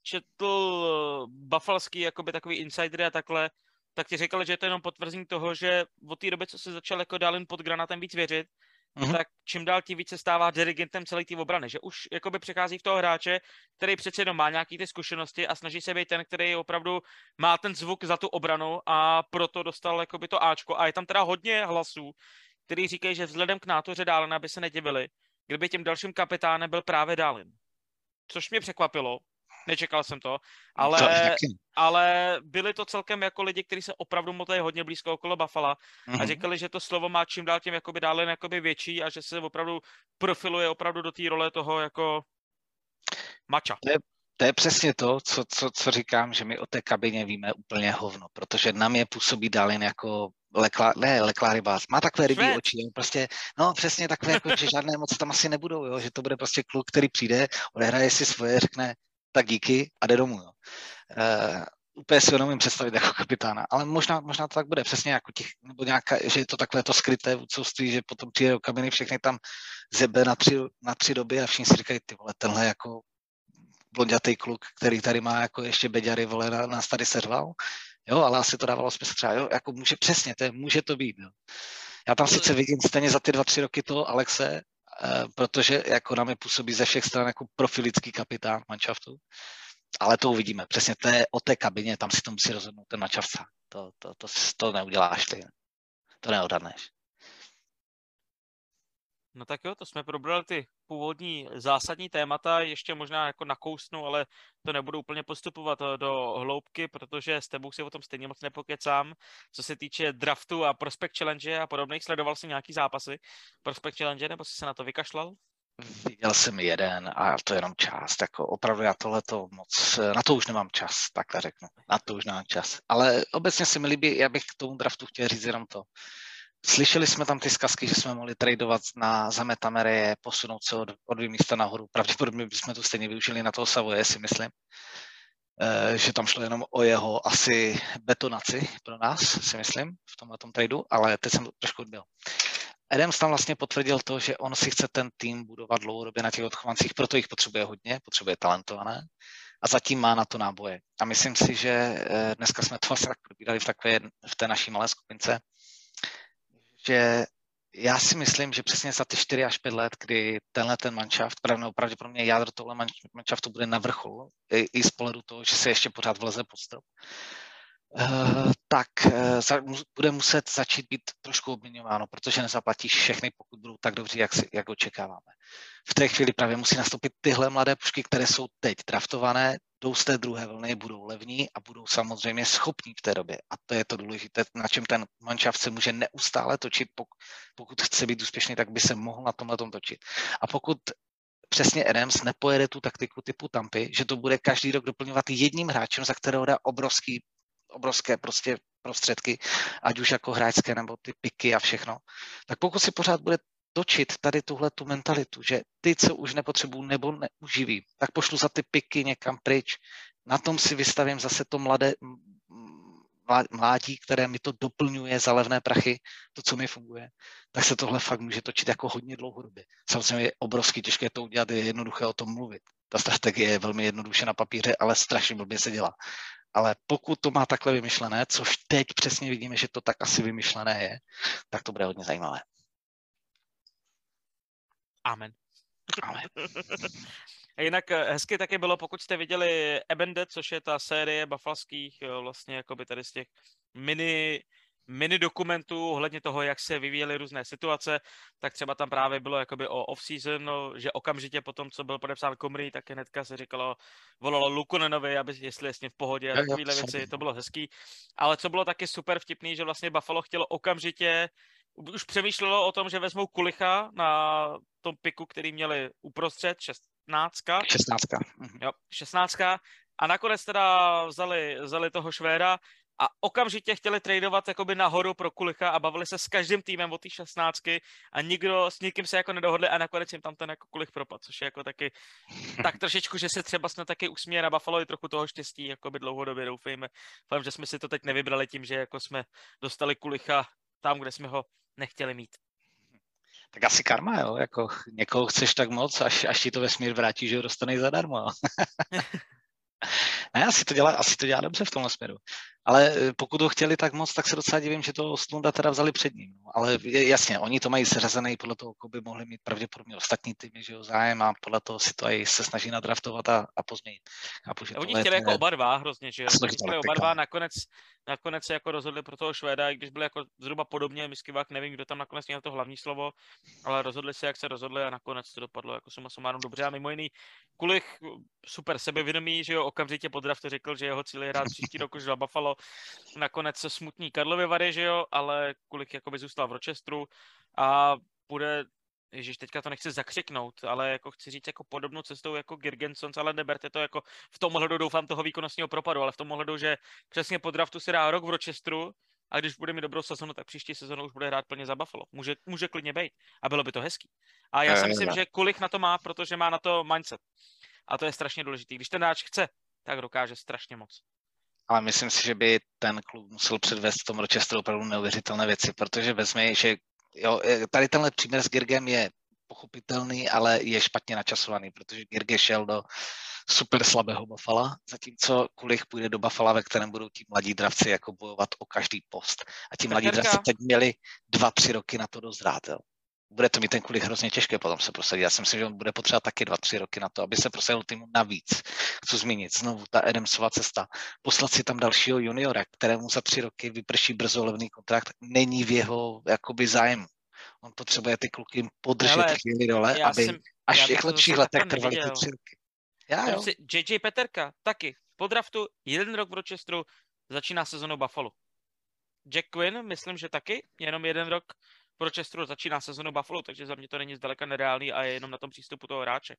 četl buffalský, jakoby takový insidery a takhle, tak ti říkali, že je to jenom potvrzení toho, že od té doby, co se začal jako Dahlin pod granátem víc věřit, Mhm. tak čím dál tím víc se stává dirigentem celé té obrany, že už jakoby přechází v toho hráče, který přece jenom má nějaký ty zkušenosti a snaží se být ten, který opravdu má ten zvuk za tu obranu a proto dostal jakoby to Ačko. A je tam teda hodně hlasů, který říkají, že vzhledem k nátoře Dahlina by se nedivili, kdyby tím dalším kapitánem byl právě Dahlin. Což mě překvapilo, nečekal jsem to, ale, To taky. ale byli to celkem jako lidi, kteří se opravdu motají hodně blízko okolo Buffala a Mhm. říkali, že to slovo má čím dál tím jakoby Dahlin jakoby větší a že se opravdu profiluje opravdu do té role toho jako mača. To je, to je přesně to, co, co, co říkám, že my o té kabině víme úplně hovno, protože na mě působí Dahlin jako lekla, ne, leklá rybář. Má takové rybí Švéd. oči, jo, prostě, no přesně takové, jako, že žádné emoce tam asi nebudou, jo, že to bude prostě kluk, který přijde, odehraje si svoje, řekne tak díky a jde domů, jo. Uh, úplně si ho neumím představit jako kapitána, ale možná, možná to tak bude, přesně jako těch, nebo nějaká, že je to takové to skryté vůdcovství, že potom přijde do kabiny, všechny tam zebe na tři, na tři doby a všichni si říkají, ty vole, tenhle jako blondětej kluk, který tady má jako ještě beďary, vole, na, nás tady serval, jo, ale asi to dávalo smysl třeba, jo, jako může, přesně, to je, může to být, jo. Já tam sice vidím stejně za ty dva, tři roky toho Alexe, eh, protože jako na mě působí ze všech stran jako profilický kapitán manšaftu, ale to uvidíme, přesně, to je o té kabině, tam si to musí rozhodnout ten manšafta, to, to, to, to neuděláš ty, to neodhadneš. No tak jo, to jsme probrali ty původní zásadní témata, ještě možná jako nakousnu, ale to nebudu úplně postupovat do hloubky, protože s tebou si o tom stejně moc nepokecám. Co se týče draftu a Prospect Challenge a podobných, sledoval jsi nějaký zápasy Prospect Challenge, nebo jsi se na to vykašlal? Viděl jsem jeden a to je jenom část, jako opravdu já tohleto moc, na to už nemám čas, takhle řeknu, na to už nemám čas, ale obecně se mi líbí, já bych k tomu draftu chtěl říct jenom to. Slyšeli jsme tam ty zkazky, že jsme mohli tradovat na Zametamereje, posunout se od, od dvě místa nahoru. Pravděpodobně bychom to stejně využili na toho Savoye, si myslím. E, že tam šlo jenom o jeho asi betonaci pro nás, si myslím, v tomhle tom tradu, ale teď jsem to trošku odbil. Adams tam vlastně potvrdil to, že on si chce ten tým budovat dlouhodobě na těch odchovancích, proto jich potřebuje hodně, potřebuje talentované a zatím má na to náboje. A myslím si, že dneska jsme to vlastně tak probírali v, takové, v té naší malé skupince, že já si myslím, že přesně za ty čtyři až pět let, kdy tenhle ten manšaft, pravděpodobně jádro tohle manšaftu bude na vrcholu, i, i z pohledu toho, že se ještě pořád vleze pod strop, uh, tak uh, za, bude muset začít být trošku obměňováno, protože nezaplatíš všechny, pokud budou tak dobří, jak, si, jak očekáváme. V té chvíli právě musí nastoupit tyhle mladé pušky, které jsou teď draftované, jdou z té druhé vlny, budou levní a budou samozřejmě schopní v té době. A to je to důležité, na čem ten manšaft se může neustále točit. Pokud, pokud chce být úspěšný, tak by se mohl na tomhle tom točit. A pokud přesně Adams nepojede tu taktiku typu Tampy, že to bude každý rok doplňovat jedním hráčem, za kterého dá obrovský, obrovské prostě prostředky, ať už jako hráčské nebo ty piky a všechno, tak pokud si pořád bude točit tady tuhle tu mentalitu, že ty, co už nepotřebuju nebo neuživím, tak pošlu za ty piky někam pryč. Na tom si vystavím zase to mladé, mládí, které mi to doplňuje za levné prachy, to, co mi funguje, tak se tohle fakt může točit jako hodně dlouhodobě. Samozřejmě je obrovsky těžké to udělat, je jednoduché o tom mluvit. Ta strategie je velmi jednoduše na papíře, ale strašně blbě se dělá. Ale pokud to má takhle vymyšlené, což teď přesně vidíme, že to tak asi vymyšlené je, tak to bude hodně zajímavé. Amen. Amen. A jinak hezky taky bylo, pokud jste viděli Abandoned, což je ta série buffalských, vlastně jakoby tady z těch mini, mini dokumentů ohledně toho, jak se vyvíjely různé situace, tak třeba tam právě bylo jakoby o off-season, no, že okamžitě po tom, co byl podepsán Comrie, tak hnedka se říkalo, volalo Lukonenovi, aby jestli je s ním v pohodě a takovéhle věci, to bylo hezký. Ale co bylo taky super vtipný, že vlastně Buffalo chtělo okamžitě už přemýšlelo o tom, že vezmou Kulicha na tom piku, který měli uprostřed, šestnáctka. šestnáctka. Jo, šestnáctka. A nakonec teda vzali, vzali toho Švéda a okamžitě chtěli tradovat jakoby nahoru pro Kulicha a bavili se s každým týmem o té šestnáctky a nikdo s nikým se jako nedohodli a nakonec jim tam ten jako Kulich propad, což je jako taky tak trošičku, že se třeba snad taky usměje na Buffalo i trochu toho štěstí, jakoby dlouhodobě doufejme. Doufám, že jsme si to teď nevybrali tím, že jako jsme dostali Kulicha tam, kde jsme ho nechtěli mít. Tak asi karma, jo, jako někoho chceš tak moc, až, až ti to vesmír vrátí, že ho dostaneš zadarmo. Ne, asi to, dělá, asi to dělá dobře v tomhle směru. Ale pokud ho chtěli tak moc, tak se docela divím, že to Ostlunda teda vzali před ním. Ale jasně, oni to mají seřazený podle toho, koho by mohli mít pravděpodobně ostatní týmy, že jo, zájem a podle toho si to i se snaží nadraftovat a, a pozměnit. Chápu, že oni chtěli jako oba dva hrozně, že jo. Oni chtěli oba dva, nakonec, nakonec se jako rozhodli pro toho Švéda, i když byli jako zhruba podobně, Miskivák, nevím, kdo tam nakonec měl to hlavní slovo, ale rozhodli se, jak se rozhodli a nakonec to dopadlo jako suma sumárum dobře a mimo jiný Kulich super sebevědomý, že jo, okamžitě po draftu řekl, že jeho cíl je hrát příští rok už za Buffalo. Nakonec se smutní Karlovy Vary, že jo, ale Kulich jakoby zůstal v Rochesteru a bude, ježiš, teďka to nechci zakřiknout, ale jako chci říct jako podobnou cestou jako Girgensons, ale neberte to jako v tom ohledu doufám toho výkonnostního propadu, ale v tom ohledu, že přesně po draftu si dá rok v Rochesteru a když bude mít dobrou sezonu, tak příští sezonu už bude hrát plně za Buffalo. Může, může klidně být a bylo by to hezký. A já si myslím, že Kulich na to má, protože má na to mindset. A to je strašně důležitý. Když ten hráč chce, tak dokáže strašně moc. Ale myslím si, že by ten klub musel předvést v tom Rochesteru opravdu neuvěřitelné věci, protože vezme, že jo, tady tenhle příměr s Girgem je pochopitelný, ale je špatně načasovaný, protože Girge šel do super slabého Buffala, zatímco Kulich půjde do Buffala, ve kterém budou ti mladí dravci jako bojovat o každý post. A ti mladí dravci teď měli dva, tři roky na to dozrát. Jo. Bude to mít ten Kulich hrozně těžké potom se prosadit. Já si myslím, že on bude potřebovat taky dva, tři roky na to, aby se prosadil týmu navíc. Chci zmínit znovu ta Adamsova cesta. Poslat si tam dalšího juniora, kterému za tři roky vyprší brzo levný kontrakt, není v jeho jakoby zájmu. On potřebuje ty kluky podržet Hele, chvíli dole, aby jsem, až v těch lepších letech trvaly ty tři roky. Já, jo. Si, J J Peterka taky po draftu jeden rok v Rochesteru začíná sezonu Buffalo. Jack Quinn, myslím, že taky, jenom jeden rok v Rochesteru začíná sezonu Buffalo, takže za mě to není zdaleka nereálný a je jenom na tom přístupu toho hráče.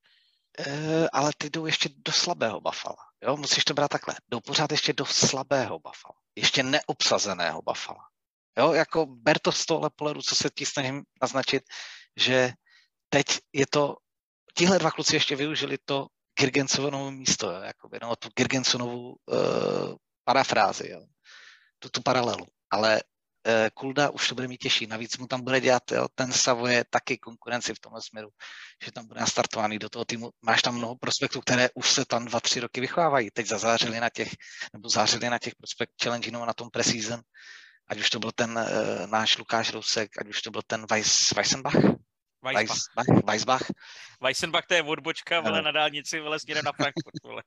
Uh, ale ty jdou ještě do slabého Buffala. Jo? Musíš to brát takhle. Jdou pořád ještě do slabého Buffala. Ještě neobsazeného Buffala. Jo, jako ber to z tohle pohledu, co se ti snažím naznačit, že teď je to, tihle dva kluci ještě využili to Girgensonovo místo, jo, jakoby, no, tu Girgensonovu uh, parafrázi, jo, tu, tu paralelu, ale uh, Kulda už to bude mít těžší, navíc mu tam bude dělat, jo, ten Savoje taky konkurenci v tomhle směru, že tam bude nastartovaný do toho týmu, máš tam mnoho prospektů, které už se tam dva, tři roky vychovávají, teď zazářili na těch, nebo zářili na těch prospekt challenge, no, na tom preseason, ať už to byl ten uh, náš Lukáš Rousek, ať už to byl ten Weiss, Weissenbach, Weissbach. Weissbach. Weissenbach, to je odbočka, vole, na dálnici, vole, směrem na Frankfurt, vole.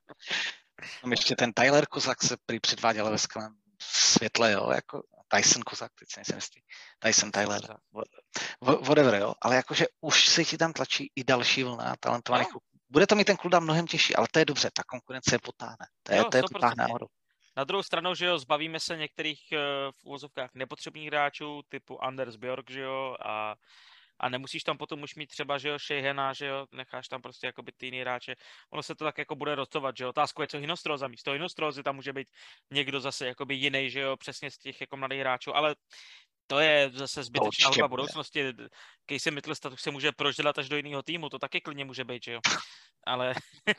Tam ještě ten Tyler Kozak se prý předváděl ve skvělém světle, jo, jako Tyson Kozak, teď se nejsem jistý. Tyson Tyler, whatever, jo, ale jakože už se ti tam tlačí i další vlna talentovaných kluků. Bude to mít ten klub mnohem těžší, ale to je dobře, ta konkurence je potáhne. To je, jo, to je potáhne nahoru. Na druhou stranu, že jo, zbavíme se některých uh, v uvozovkách nepotřebných hráčů, typu Anders Björk, že jo, a a nemusíš tam potom už mít třeba, že jo, Shehena, že jo, necháš tam prostě jako by ty jiný hráče. Ono se to tak jako bude rotovat, že jo. Otázku je, co Hinostroza, místo Hinostrozy tam může být někdo zase jako by jiný, že jo, přesně z těch jako mladých hráčů, ale to je zase zbytečná hudba budoucnosti. Casey Mittelstadt už se může proždělat až do jiného týmu, to taky klidně může být, že jo. Ale...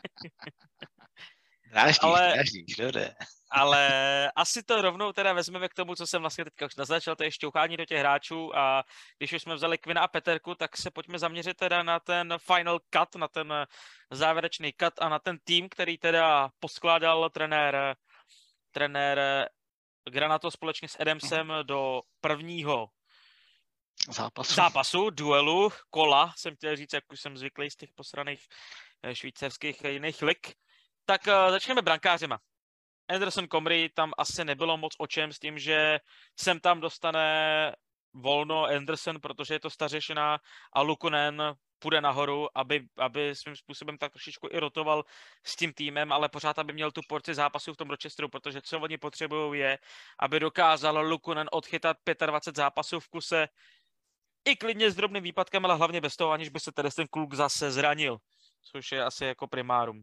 Dráždíš, ale, dráždíš, dobře. Ale asi to rovnou teda vezmeme k tomu, co jsem vlastně teďka už naznačil, to je šťouchání do těch hráčů a když už jsme vzali Quina a Peterku, tak se pojďme zaměřit teda na ten final cut, na ten závěrečný cut a na ten tým, který teda poskládal trenér, trenér Granato společně s Adamsem do prvního zápasu. zápasu, duelu, kola, jsem chtěl říct, jak už jsem zvyklý z těch posraných švýcarských jiných lig. Tak uh, začneme brankářema. Anderson Comrie, tam asi nebylo moc o čem s tím, že sem tam dostane volno Anderson, protože je to stařešina a Lukonen půjde nahoru, aby, aby svým způsobem tak trošičku i rotoval s tím týmem, ale pořád, aby měl tu porci zápasů v tom Rochesteru, protože co oni potřebují je, aby dokázal Lukonen odchytat dvacet pět zápasů v kuse i klidně s drobným výpadkem, ale hlavně bez toho, aniž by se tedy ten kluk zase zranil, což je asi jako primárum.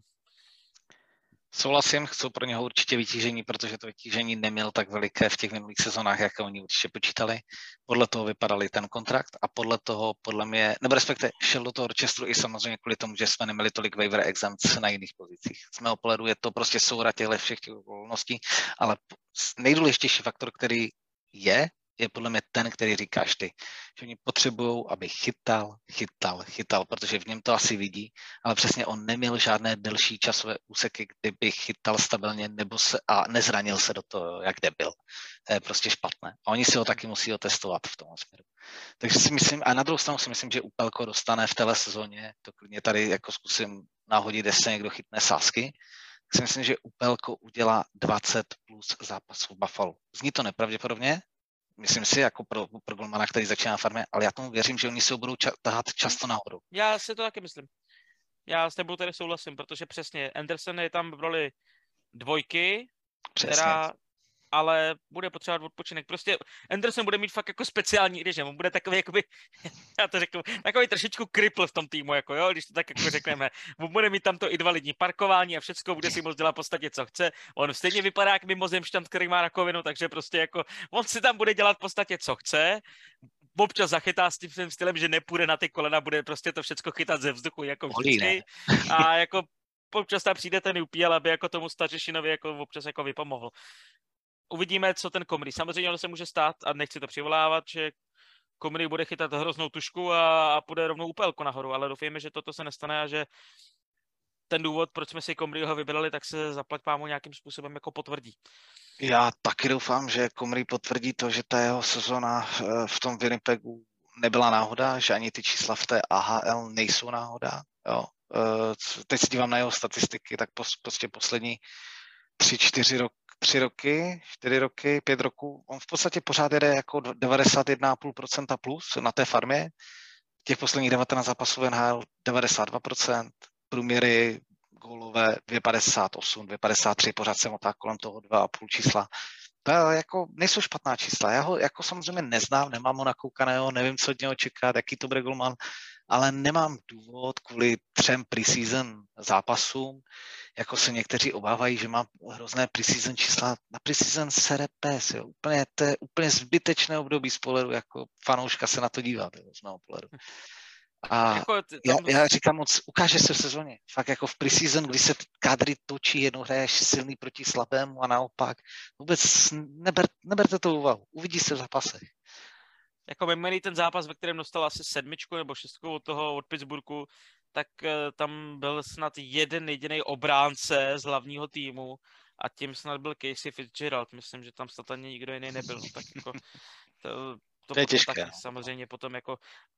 Souhlasím, chcou pro něho určitě vytížení, protože to vytížení neměl tak veliké v těch minulých sezónách, jak oni určitě počítali. Podle toho vypadal i ten kontrakt a podle toho, podle mě, nebo respektive šel do toho Rochesteru i samozřejmě kvůli tomu, že jsme neměli tolik waiver exempts na jiných pozicích. Z mého pohledu je to prostě soura těchto všech těch okolností, ale nejdůležitější faktor, který je, je podle mě ten, který říkáš ty. Že oni potřebují, aby chytal, chytal, chytal, protože v něm to asi vidí, ale přesně on neměl žádné delší časové úseky, kdyby chytal stabilně nebo se, a nezranil se do toho, jak debil. To je prostě špatné. A oni si ho taky musí otestovat v tom směru. Takže si myslím, a na druhou stranu si myslím, že Upelko dostane v téhle sezóně, to klidně tady jako zkusím nahodit, jestli někdo chytne sásky, tak si myslím, že Upelko udělá dvacet plus zápasů v Buffalo. Zní to nepravděpodobně, myslím si, jako pro, pro golmana, který začíná na farmě, ale já tomu věřím, že oni se ho budou ča- tahat často nahoru. Já si to taky myslím. Já s tebou tady souhlasím, protože přesně Anderson je tam v roli dvojky, Přesně. která ale bude potřebovat odpočinek. Prostě Anderson bude mít fakt jako speciální režim, on bude takový, jakoby, já to řeknu, takový trošičku kripl v tom týmu, jako jo, když to tak jako řekneme. On bude mít tam to invalidní parkování a všecko, bude si moct dělat v podstatě, co chce. On stejně vypadá jak mimozemšťan, který má rakovinu, takže prostě jako, on si tam bude dělat v podstatě, co chce. Občas zachytá s tím svým stylem, že nepůjde na ty kolena, bude prostě to všecko chytat ze vzduchu, jako vždycky. A jako občas tam přijde ten upíl, aby jako tomu Stařešinovi jako občas jako vypomohl. Uvidíme, co ten Comrie. Samozřejmě ono se může stát, a nechci to přivolávat, že Comrie bude chytat hroznou tušku a, a půjde rovnou Upelko nahoru, ale doufejme, že toto se nestane a že ten důvod, proč jsme si Comrieho vybrali, tak se zaplať pámu nějakým způsobem jako potvrdí. Já taky doufám, že Comrie potvrdí to, že ta jeho sezona v tom Winnipegu nebyla náhoda, že ani ty čísla v té A H L nejsou náhoda. Jo. Teď se dívám na jeho statistiky, tak prostě poslední tři, čtyři roky, tři roky, čtyři roky, pět roků, on v podstatě pořád jede jako devadesát jedna celá pět procenta plus na té farmě. Těch posledních devatenáct zápasů v N H L devadesát dva procent, průměry gólové dvě padesát osm, dvě padesát tři, pořád jsem otáhl kolem toho dva a půl čísla. To jako nejsou špatná čísla. Já ho jako samozřejmě neznám, nemám ho nakoukaného, nevím, co od něho čekat, jaký to bude golman, ale nemám důvod kvůli třem preseason zápasům, jako se někteří obávají, že má hrozné preseason čísla. Na preseason sere pes, jo. Úplně, to je úplně zbytečné období z pohledu, jako fanouška se na to dívat, jo, z mého pohledu. A jako tam... já, já říkám moc, ukáže se v sezóně. Fakt jako v preseason, kdy se kádry točí, jednou hraješ silný proti slabému a naopak. Vůbec neber, neberte to úvahu. Uvidí se v zápasech. Jako mimo ten zápas, ve kterém dostal asi sedmičku nebo šestku od toho od Pittsburghu, tak uh, tam byl snad jeden jediný obránce z hlavního týmu a tím snad byl Casey Fitzgerald. Myslím, že tam snad ani nikdo jiný nebyl. No, tak jako, to, to, to je těžké. Taky, samozřejmě potom jako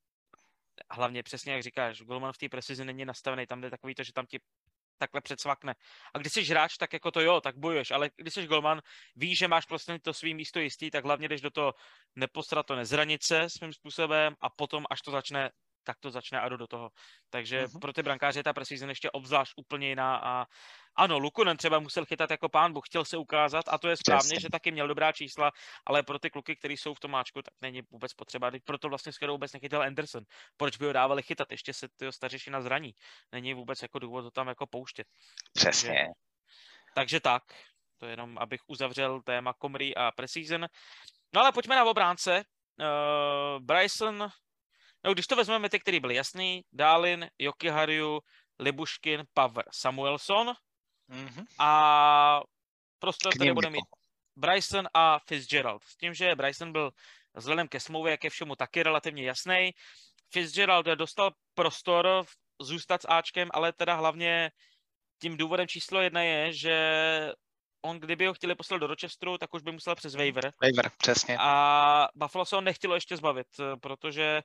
hlavně přesně jak říkáš, golman v té precizi není nastavený, tam jde takový to, že tam ti takhle předsvakne. A když jsi hráč, tak jako to jo, tak bojuješ, ale když jsi golman, víš, že máš prostě to svý místo jistý, tak hlavně jdeš do toho nepostrat to nezranit se svým způsobem a potom, až to začne, tak to začne a jdu do toho. Takže uh-huh. pro ty brankáře je ta preseason ještě obzvlášť úplně jiná a ano, Lukonen třeba musel chytat jako pán Bůh, chtěl se ukázat a to je správně, Přesně. že taky měl dobrá čísla, ale pro ty kluky, kteří jsou v tom máčku, tak není vůbec potřeba. Proto vlastně skoro vůbec nechytal Anderson. Proč by ho dávali chytat? Ještě se tyho Stařešina zraní. Není vůbec jako důvod to tam jako pouštět. Přesně. Takže, takže tak. To jenom, abych uzavřel téma Comrie a preseason. No ale pojďme na obránce. Uh, Bryson, no když to vezmeme ty, který byli jasný, Dálin, Jokiharju, Libuškin, Power, Samuelson, mm-hmm. a prostor tady bude mít Bryson a Fitzgerald. S tím, že Bryson byl vzhledem ke smlouvě, jak je všemu taky relativně jasný. Fitzgerald dostal prostor zůstat s Ačkem, ale teda hlavně tím důvodem číslo jedna je, že on, kdyby ho chtěli poslat do Rochesteru, tak už by musel přes waiver. Waiver, přesně. A Buffalo se ho nechtělo ještě zbavit, protože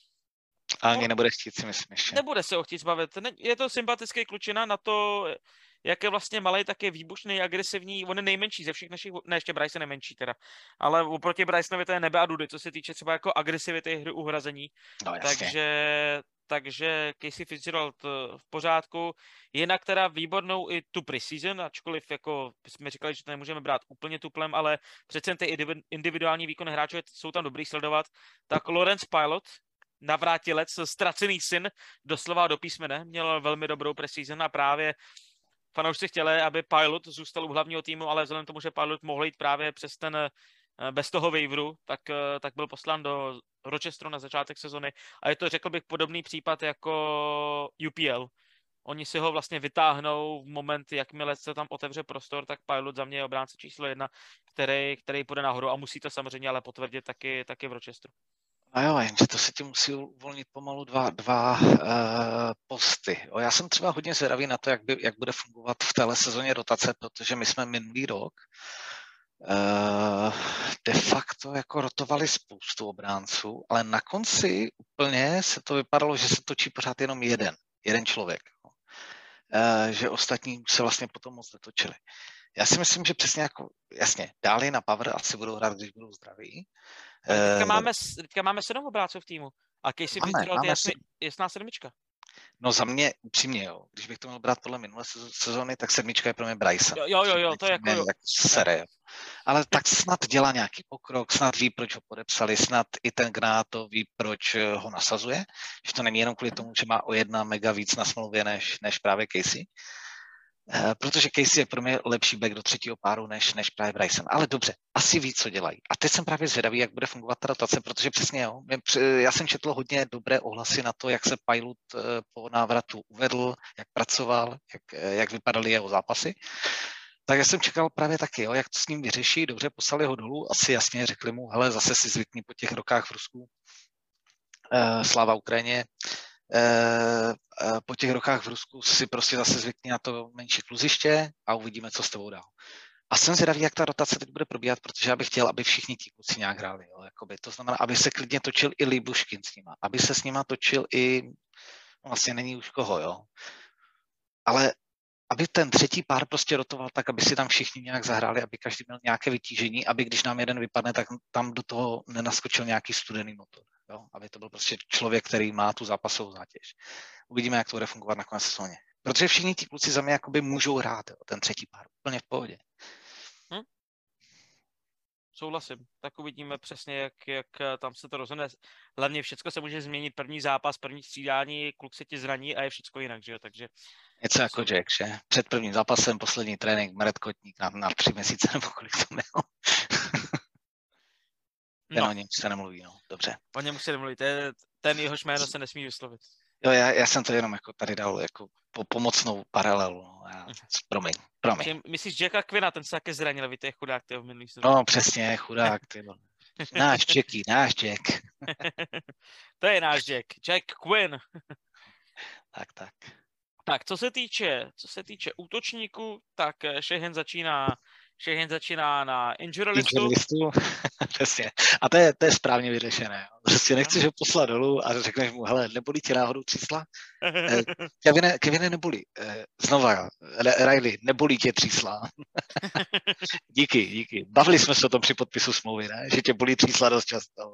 a ani nebude chtít, si myslím ještě. Nebude se ho chtít zbavit. Je to sympatický klučina na to, jak je vlastně malej, tak je výbušný, agresivní. On je nejmenší ze všech našich, ne, ještě Bryson je menší teda, ale oproti Brysonovi to je nebe a dudy, co se týče třeba jako agresivity hry uhrazení. No, takže, takže Casey Fitzgerald v pořádku. Jinak teda výbornou i tu preseason, ačkoliv jako jsme říkali, že to nemůžeme brát úplně tuplem, ale přece ty individuální výkony hráčů jsou tam dobrý sledovat. Tak Lawrence Pilot, navrátilec, ztracený syn, doslova do písmene, měl velmi dobrou preseason a právě fanoušci chtěli, aby Pilot zůstal u hlavního týmu, ale vzhledem k tomu, že Pilot mohl jít právě přes ten, bez toho waiveru, tak, tak byl poslán do Rochesteru na začátek sezony a je to, řekl bych, podobný případ jako U P L. Oni si ho vlastně vytáhnou v moment, jakmile se tam otevře prostor, tak Pilot za mě je obránce číslo jedna, který, který půjde nahoru a musí to samozřejmě ale potvrdit taky, taky v Rochesteru. No jo, jenže to se ti musí uvolnit pomalu dva, dva uh, posty. O, já jsem třeba hodně zvědavý na to, jak, by, jak bude fungovat v téhle sezóně rotace, protože my jsme minulý rok uh, de facto jako rotovali spoustu obránců, ale na konci úplně se to vypadalo, že se točí pořád jenom jeden, jeden člověk. Uh, že ostatní se vlastně potom moc netočili. Já si myslím, že přesně jako, jasně, dále na power asi budou hrát, když budou zdraví. Teďka máme, teďka máme sedm obráců v týmu. A Casey Fitzgerald je jasný, jasná sedmička. No za mě upřímně, jo. Když bych to měl brát podle minulé sezóny, tak sedmička je pro mě Bryson. Jo, jo, jo, jo to je jako... Jo. Sere, jo. Ale tak snad dělá nějaký pokrok, snad ví, proč ho podepsali, snad i ten Granado ví, proč ho nasazuje. Že to není jenom kvůli tomu, že má o jedna mega víc na smlouvě než, než právě Casey. Uh, protože Casey je pro mě lepší back do třetího páru než, než právě Bryson. Ale dobře, asi ví, co dělají. A teď jsem právě zvědavý, jak bude fungovat ta rotace, protože přesně jo, já jsem četl hodně dobré ohlasy na to, jak se Pilot uh, po návratu uvedl, jak pracoval, jak, uh, jak vypadaly jeho zápasy. Tak já jsem čekal právě taky, jo, jak to s ním vyřeší. Dobře, poslali ho dolů, asi jasně řekli mu, hele, zase si zvykni po těch rokách v Rusku. Uh, sláva Ukrajině. Po těch rokách v Rusku si prostě zase zvykni na to menší kluziště a uvidíme, co s tebou dál. A jsem zvědavý, jak ta rotace teď bude probíhat, protože já bych chtěl, aby všichni ti kluci nějak hráli. Jo? Jakoby, to znamená, aby se klidně točil i Libuškin s nima, aby se s nima točil i, no vlastně není už koho, jo. Ale aby ten třetí pár prostě rotoval tak, aby si tam všichni nějak zahráli, aby každý měl nějaké vytížení, aby když nám jeden vypadne, tak tam do toho nenaskočil nějaký studený motor. Jo? Aby to byl prostě člověk, který má tu zápasovou zátěž. Uvidíme, jak to bude fungovat na konec sezóně. Protože všichni ti kluci za mě jakoby můžou hrát, jo? Ten třetí pár, úplně v pohodě. Hm? Souhlasím. Tak uvidíme přesně, jak, jak tam se to rozhodne. Hlavně všechno se může změnit. První zápas, první střídání, kluk se ti zraní a je všechno jinak, že jo? Takže... Něco jako Jack, že? Před prvním zápasem, poslední trénink, Meret Kotník na, na tři měsíce nebo kolik to měl. Ten no. O něm se nemluví, no. Dobře. O něm se nemluví, ten, ten jehož jméno se nesmí vyslovit. Jo, já, já jsem to jenom jako tady dal jako po, pomocnou paralelu. No. Já, promiň, promiň. Myslíš Jacka Quinna, ten se také zranil, víte, je chudák, tyho v minulý sezóně. No, přesně, chudák, ty. Náš Jacky, náš Jack. To je náš Jack, Jack Quinn. Tak, tak. Tak, co se týče, co se týče útočníků, tak Sheehan začíná, Sheehan začíná na injury listu. Injury listu. Přesně. A to je, to je správně vyřešené. Prostě nechceš ho poslat dolů a řekneš mu, hele, nebolí ti náhodou třísla? Kevine, Kevine, nebolí. Znova, Riley, nebolí tě třísla. Díky, díky. Bavili jsme se o tom při podpisu smlouvy, ne? Že tě bolí třísla dost často.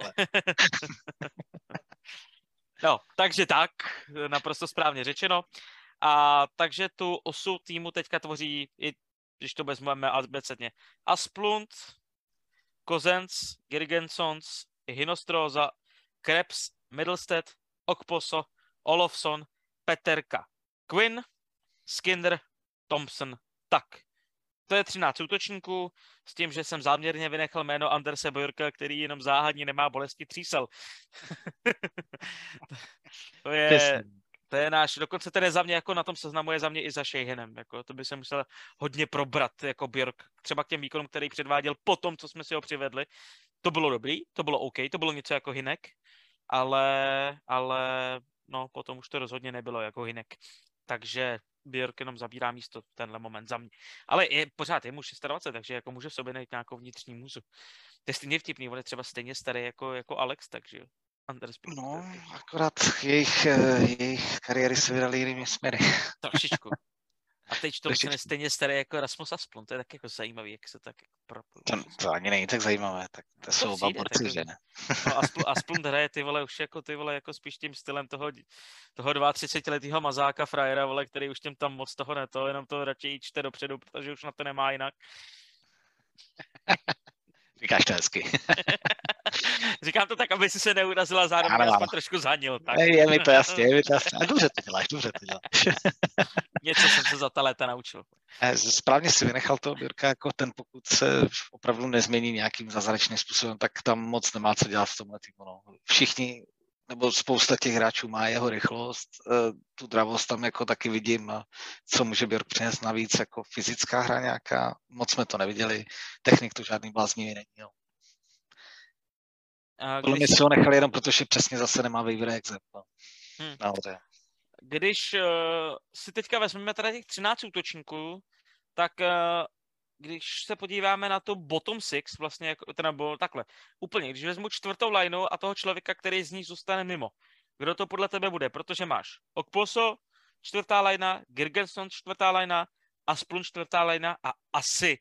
No, takže tak, naprosto správně řečeno. A takže tu osu týmu teďka tvoří, i když to vezmeme abecedně, Asplund, Kozenc, Girgensons, Hinostroza, Krebs, Middlestead, Okposo, Olofsson, Peterka, Quinn, Skinner, Thompson, tak. To je třináct útočníků, s tím, že jsem záměrně vynechal jméno Anderse Björka, který jenom záhadně nemá bolesti třísel. to je... To je náš, dokonce ten je za mě, jako na tom seznamu je za mě i za Sheehanem, jako to by se musel hodně probrat, jako Björk, třeba k těm výkonům, který předváděl po tom, co jsme si ho přivedli. To bylo dobrý, to bylo OK, to bylo něco jako Hinek, ale, ale no potom už to rozhodně nebylo jako Hinek. Takže Björk jenom zabírá místo v tenhle moment za mě. Ale je, pořád je mu dvacet šest, takže jako může v sobě najít nějakou vnitřní můzu. To je stejně vtipný, on je třeba stejně starý jako, jako Alex, takže jo. No, akorát jejich, jejich kariéry se vydaly jinými směry. Trošičku. A teď to je stejně staré jako Rasmus Asplund, to je tak jako zajímavý, jak se tak propojí. To, to ani není tak zajímavé, tak to, to jsou oba borci, že ne? No, Asplund, Asplund hraje ty vole už jako ty vole jako spíš tím stylem toho, toho třicetiletého mazáka frajera, vole, který už tím tam moc toho ne to, jenom to radši čte dopředu, protože už na to nemá jinak. Říkáš to hezky. Říkám to tak, aby si se neurazila, zároveň aspoň trošku zhanil. Tak. Je mi to jasně, je mi to jasně. A dobře to děláš, dobře to děláš. Něco jsem se za ta léta naučil. Správně si vynechal toho Bjorka, jako ten, pokud se opravdu nezmění nějakým zázračným způsobem, tak tam moc nemá co dělat v tomhle týmu. No. Všichni, nebo spousta těch hráčů má jeho rychlost, tu dravost tam jako taky vidím, co může Bjork přinést navíc, jako fyzická hra nějaká, moc jsme to neviděli, technik to žádný bláznivý není. No. Podle mě si ho nechali jenom, protože přesně zase nemá waiver exit. No. Hmm. Nahoře. Když uh, si teďka vezmeme tady těch třináct útočníků, tak uh, když se podíváme na to bottom six, vlastně jako, teda bylo takhle, úplně, když vezmu čtvrtou lineu a toho člověka, který z ní zůstane mimo, kdo to podle tebe bude? Protože máš Okposo, čtvrtá linea, Girgensson, čtvrtá linea, Asplund, čtvrtá linea a asi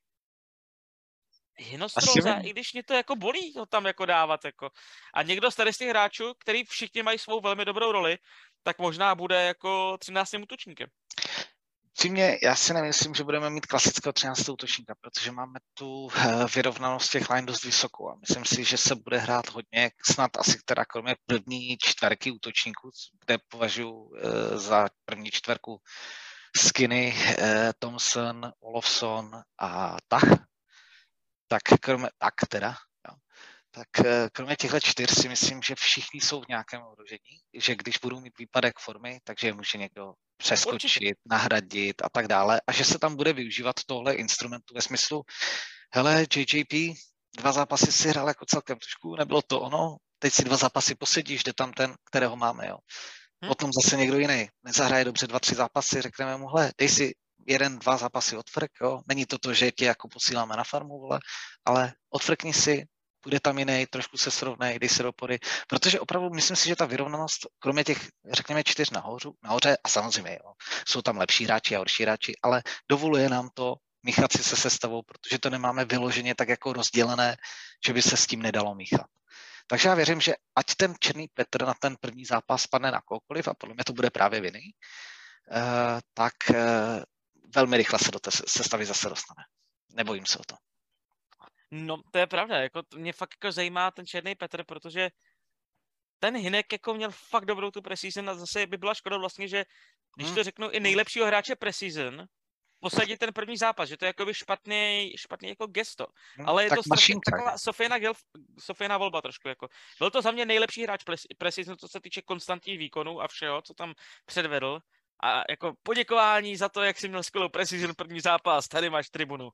Hinostroza, i když mě to jako bolí to tam jako dávat. Jako. A někdo z tady z těch hráčů, který všichni mají svou velmi dobrou roli, tak možná bude jako třináctým útočníkem. Přímě, já si nemyslím, že budeme mít klasického třináctého útočníka, protože máme tu vyrovnanost těch line dost vysokou a myslím si, že se bude hrát hodně, snad asi teda kromě první čtverky útočníků, kde považuji za první čtverku Skinny, Thompson, Olofsson a Tah. Tak kromě, tak teda, jo. Tak kromě těchto čtyř si myslím, že všichni jsou v nějakém ohrožení, že když budou mít výpadek formy, takže je může někdo přeskočit, určitě nahradit a tak dále a že se tam bude využívat tohle instrumentu ve smyslu, hele, J J P, dva zápasy si hrál jako celkem trošku, nebylo to ono, teď si dva zápasy posedíš, jde tam ten, kterého máme, jo. Hmm. Potom zase někdo jiný nezahraje dobře dva, tři zápasy, řekneme mu, hele, dej si jeden, dva zápasy odfrk, jo. Není to to, že tě jako posíláme na farmu, vole, ale odfrkni si, bude tam jiný, trošku se srovnej, dej se do pory, protože opravdu myslím si, že ta vyrovnanost, kromě těch, řekněme, čtyř nahoře, nahoře a samozřejmě, jo, jsou tam lepší hráči a horší hráči, ale dovoluje nám to míchat si se sestavou, protože to nemáme vyloženě tak jako rozdělené, že by se s tím nedalo míchat. Takže já věřím, že ať ten Černý Petr na ten první zápas spadne na kohokoliv, a podle mě to bude právě viny, uh, tak uh, velmi rychle se do té sestavy zase dostane. Nebojím se o to. No, to je pravda, jako mě fakt jako zajímá ten Černý Petr, protože ten Hynek jako měl fakt dobrou tu preseason a zase by byla škoda vlastně, že když to řeknu i nejlepšího hráče preseason, posadit ten první zápas, že to je jakoby špatný, špatný jako gesto. Ale je tak to strašně taková Sofijna, Gelf, Sofijna volba trošku. Jako. Byl to za mě nejlepší hráč preseason, co se týče konstantních výkonů a všeho, co tam předvedl. A jako poděkování za to, jak jsi měl skvělou preseason první zápas, tady máš tribunu.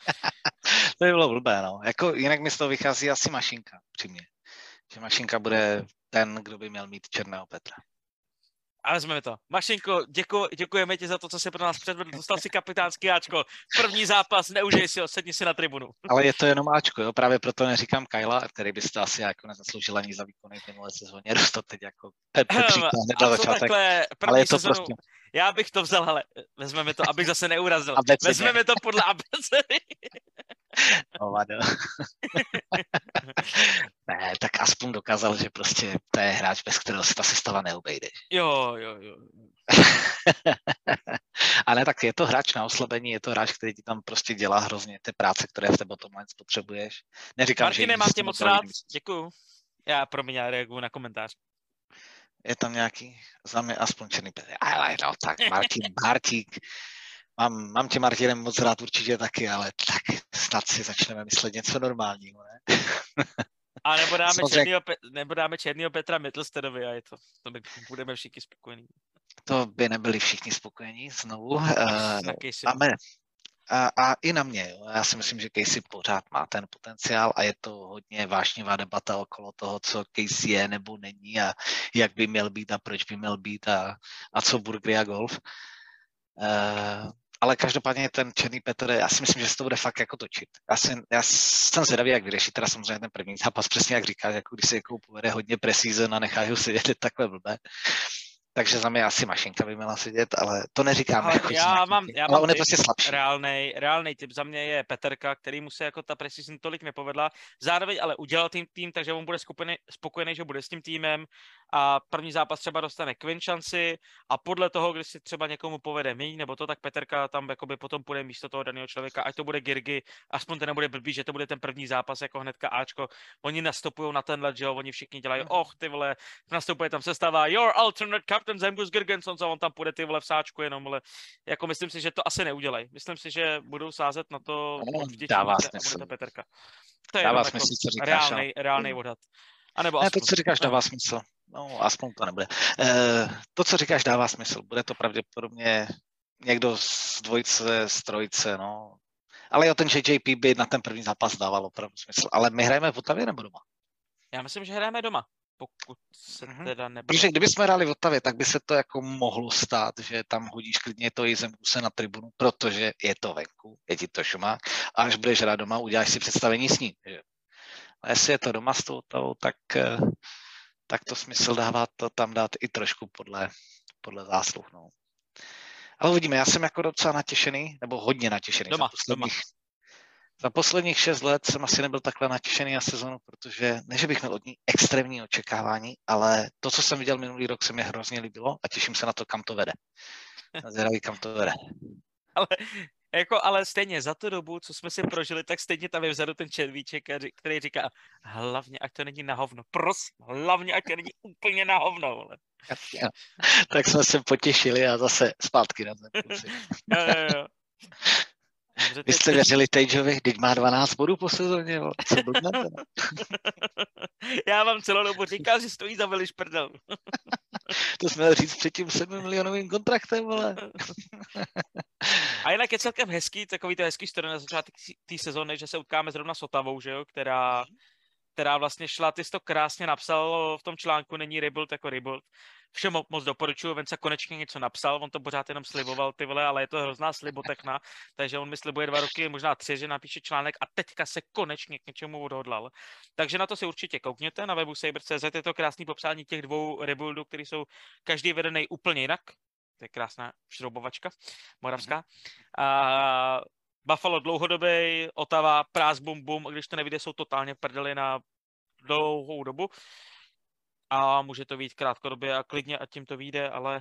To by bylo blbé, no. Jako, jinak mi z toho vychází asi Mašinka, přímě. Že Mašinka bude ten, kdo by měl mít Černého Petra. A vezmeme to. Mašinko, děku, děkujeme ti za to, co jsi pro nás předvedl. Dostal si kapitánský Ačko. První zápas, neužij si ho, sedni si na tribunu. Ale je to jenom Ačko, jo? Právě proto neříkám Kyla, který byste asi jako nezasloužil ani za výkony v minulé sezóně. Dostat teď jako Petříka hned na začátek. Takhle, ale je to sezonu, prostě... Já bych to vzal, ale vezmeme to, abych zase neurazil. Vezmeme to podle abecedy. No, ne, tak aspoň dokázal, že prostě to je hráč, bez kterého se ta sestava neobejde. Jo, jo, jo. A ne, tak je to hráč na oslabení, je to hráč, který ti tam prostě dělá hrozně ty práce, které v té bottom line potřebuješ. Neříkám, Martine, že... mám tě moc rád, děkuju. Já, promiň, já reaguju na komentář. Je tam nějaký, za mě aspoň Černý Petr. Ale no, tak Martin, Martík. Mám, mám tě, Martinem, moc rád určitě taky, ale tak snad si začneme myslet něco normálního, ne? A nebo dáme, černýho, nebo dáme Černýho Petra Mittelstedovi a je to, to by, budeme všichni spokojení. To by nebyli všichni spokojení znovu. Uh, máme, a, a i na mě, jo. Já si myslím, že Casey pořád má ten potenciál a je to hodně vášnivá debata okolo toho, co Casey je nebo není a jak by měl být a proč by měl být a, a co burgery a golf. Uh, ale každopádně ten Černý Petr, já si myslím, že se to bude fakt jako točit. Já, si, já jsem zvědavý, jak vyřešit teda samozřejmě ten první zápas, přesně jak říkáš, jako když se jako povede hodně preseason a necháš ho sedět, je takhle blbé. Takže za mě asi Mašinka by měla sedět, ale to neříkám. Ale jako já mám, já ale mám on je prostě slabší. Reálnej, reálnej tip za mě je Peterka, který mu se jako ta preseason tolik nepovedla. Zároveň ale udělal tým tým, takže on bude skupený, spokojený, že bude s tím týmem. a první zápas třeba dostane Quinn šanci a podle toho, když si třeba někomu povede míň, nebo to, tak Peterka tam jakoby potom půjde místo toho daného člověka, ať to bude Girgy, aspoň to nebude blbý, že to bude ten první zápas jako hnedka Ačko. Oni nastupují na ten let, že jo, oni všichni dělají, och ty vole, nastupuje tam sestava, your alternate captain Zemgus Girgensson, a on tam půjde ty vole v sáčku jenom, ale jako myslím si, že to asi neudělají. Myslím si, že budou sázet na to, dává se, a smysl. bude to Peterka. To je dává jako smysl, co říkáš. reálnej, reálnej odhad. A nebo ne, aspoň, to, co říkáš, dává smysl. No, aspoň to nebude. E, to, co říkáš, dává smysl. Bude to pravděpodobně někdo z dvojice, z trojice, no. Ale jo, ten J J P by na ten první zápas dával opravdu smysl. Ale my hrajeme v Otavě nebo doma? Já myslím, že hrajeme doma, pokud se mm-hmm. teda nebude. Protože kdyby jsme hráli v Otavě, tak by se to jako mohlo stát, že tam hodíš klidně to Zemguse na tribunu, protože je to venku, je ti to šumák. A až budeš hrát doma, uděláš si představení s ním. Že? A jestli je to doma s tou Otavou, tak, tak to smysl dává to tam dát i trošku podle, podle zásluh. No. Ale uvidíme, já jsem jako docela natěšený, nebo hodně natěšený. Doma, za posledních, doma. Za posledních šest let jsem asi nebyl takhle natěšený na sezonu, protože ne, že bych měl od ní extrémní očekávání, ale to, co jsem viděl minulý rok, se mi hrozně líbilo a těším se na to, kam to vede. Zvědavý, kam to vede. Ale, jako, ale stejně za tu dobu, co jsme si prožili, tak stejně tam je vzadu ten červíček, který říká, hlavně, ať to není na hovno. Prosím, hlavně, ať to není úplně na hovno. Vole. Tak jsme se potěšili a zase zpátky na zem. Jo, jo, jo. Dobře, vy jste věřili Tageovi, teď má dvanáct bodů po sezóně, co blbnete? Já vám celou dobu říkal, že stojí za veliš prdel. To jsme měli říct před tím sedmi milionovým kontraktem, vole. A jinak je celkem hezký, takový to hezký story na začátek té sezóny, že se utkáme zrovna s Otavou, že jo, která, která vlastně šla, ty jsi to krásně napsal v tom článku, není rebuild jako rebuild. Všem moc doporučuju, Vence konečně něco napsal, on to pořád jenom sliboval, ty vole, ale je to hrozná slibotechna, takže on mi slibuje dva roky, možná tři, že napíše článek a teďka se konečně k něčemu odhodlal. Takže na to si určitě koukněte, na webu Saber tečka cé zet je to krásný popsání těch dvou rebuildů, který jsou každý vedený úplně jinak. To je krásná šroubovačka moravská. A Buffalo dlouhodobý, Ottawa prás bum bum, když to nevíde, jsou totálně prdeli na dlouhou dobu. A může to být krátkodobě a klidně a tím to vyjde, ale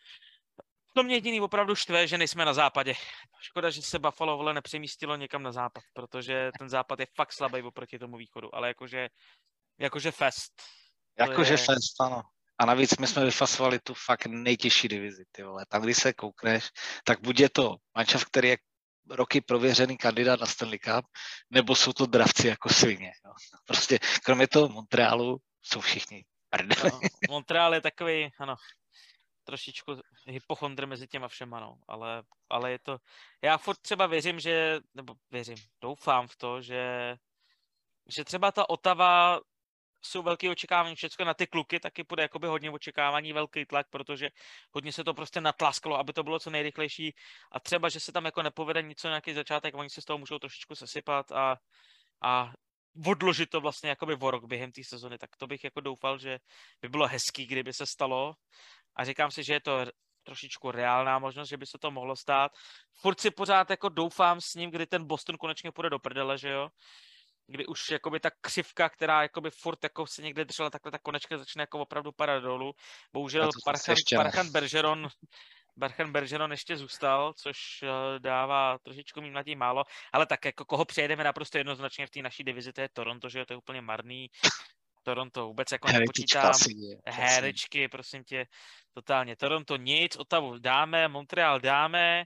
to mě jediný opravdu štve, že nejsme na západě. Škoda, že se Buffalo vole nepřemístilo někam na západ, protože ten západ je fakt slabý oproti tomu východu, ale jakože, jakože fest. Jakože je... fest, ano. A navíc my jsme vyfasovali tu fakt nejtěžší divizi, ty vole. Tam, když se koukneš, tak buď je to mančav, který je roky prověřený kandidát na Stanley Cup, nebo jsou to dravci jako svině. Jo. Prostě kromě toho Montrealu jsou všichni prdele. No, Montreal je takový, ano, trošičku hypochondr mezi těma všema, no, ale, ale je to, já furt třeba věřím, že, nebo věřím, doufám v to, že, že třeba ta Ottawa jsou velké očekávání, všechno na ty kluky, taky bude jakoby hodně očekávání, velký tlak, protože hodně se to prostě natlasklo, aby to bylo co nejrychlejší a třeba, že se tam jako nepovede něco nějaký začátek, oni se z toho můžou trošičku sesypat a, a odložit to vlastně jakoby o rok během té sezony, tak to bych jako doufal, že by bylo hezký, kdyby se stalo a říkám si, že je to trošičku reálná možnost, že by se to mohlo stát. Furt si pořád jako doufám s ním, kdy ten Boston konečně půjde do prdele, že jo? Kdy už jakoby ta křivka, která jakoby furt jako se někde držela takhle, tak konečně začne jako opravdu padat dolů. Bohužel Parchan, Parchan Bergeron Parchan Bergeron ještě zůstal, což dává trošičku mým na tím málo, ale tak jako koho přejedeme naprosto jednoznačně v té naší divizi, to je Toronto, že jo, to je úplně marný. Toronto vůbec jako nepočítám. Herečky, prosím tě, totálně. Toronto nic, Ottawu dáme, Montreal dáme.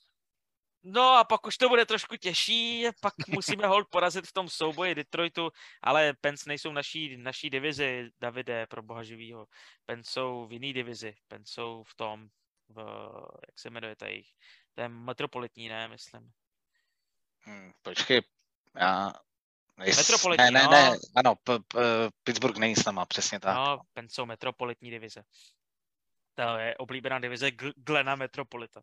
No a pak už to bude trošku těžší, pak musíme hold porazit v tom souboji Detroitu, ale Pens nejsou naší, naší divizi, Davide, pro boha živýho. Pens jsou v jiný divizi, Pens jsou v tom, v, jak se jmenuje ta jejich, to je metropolitní, ne, myslím. Hmm, počkej, já... Nejs... Metropolitní, ne, ne, no. ne, ano, p- p- Pittsburgh není s náma, přesně tak. No, Pens jsou metropolitní divize. To je oblíbená divize G- Glena Metropolita.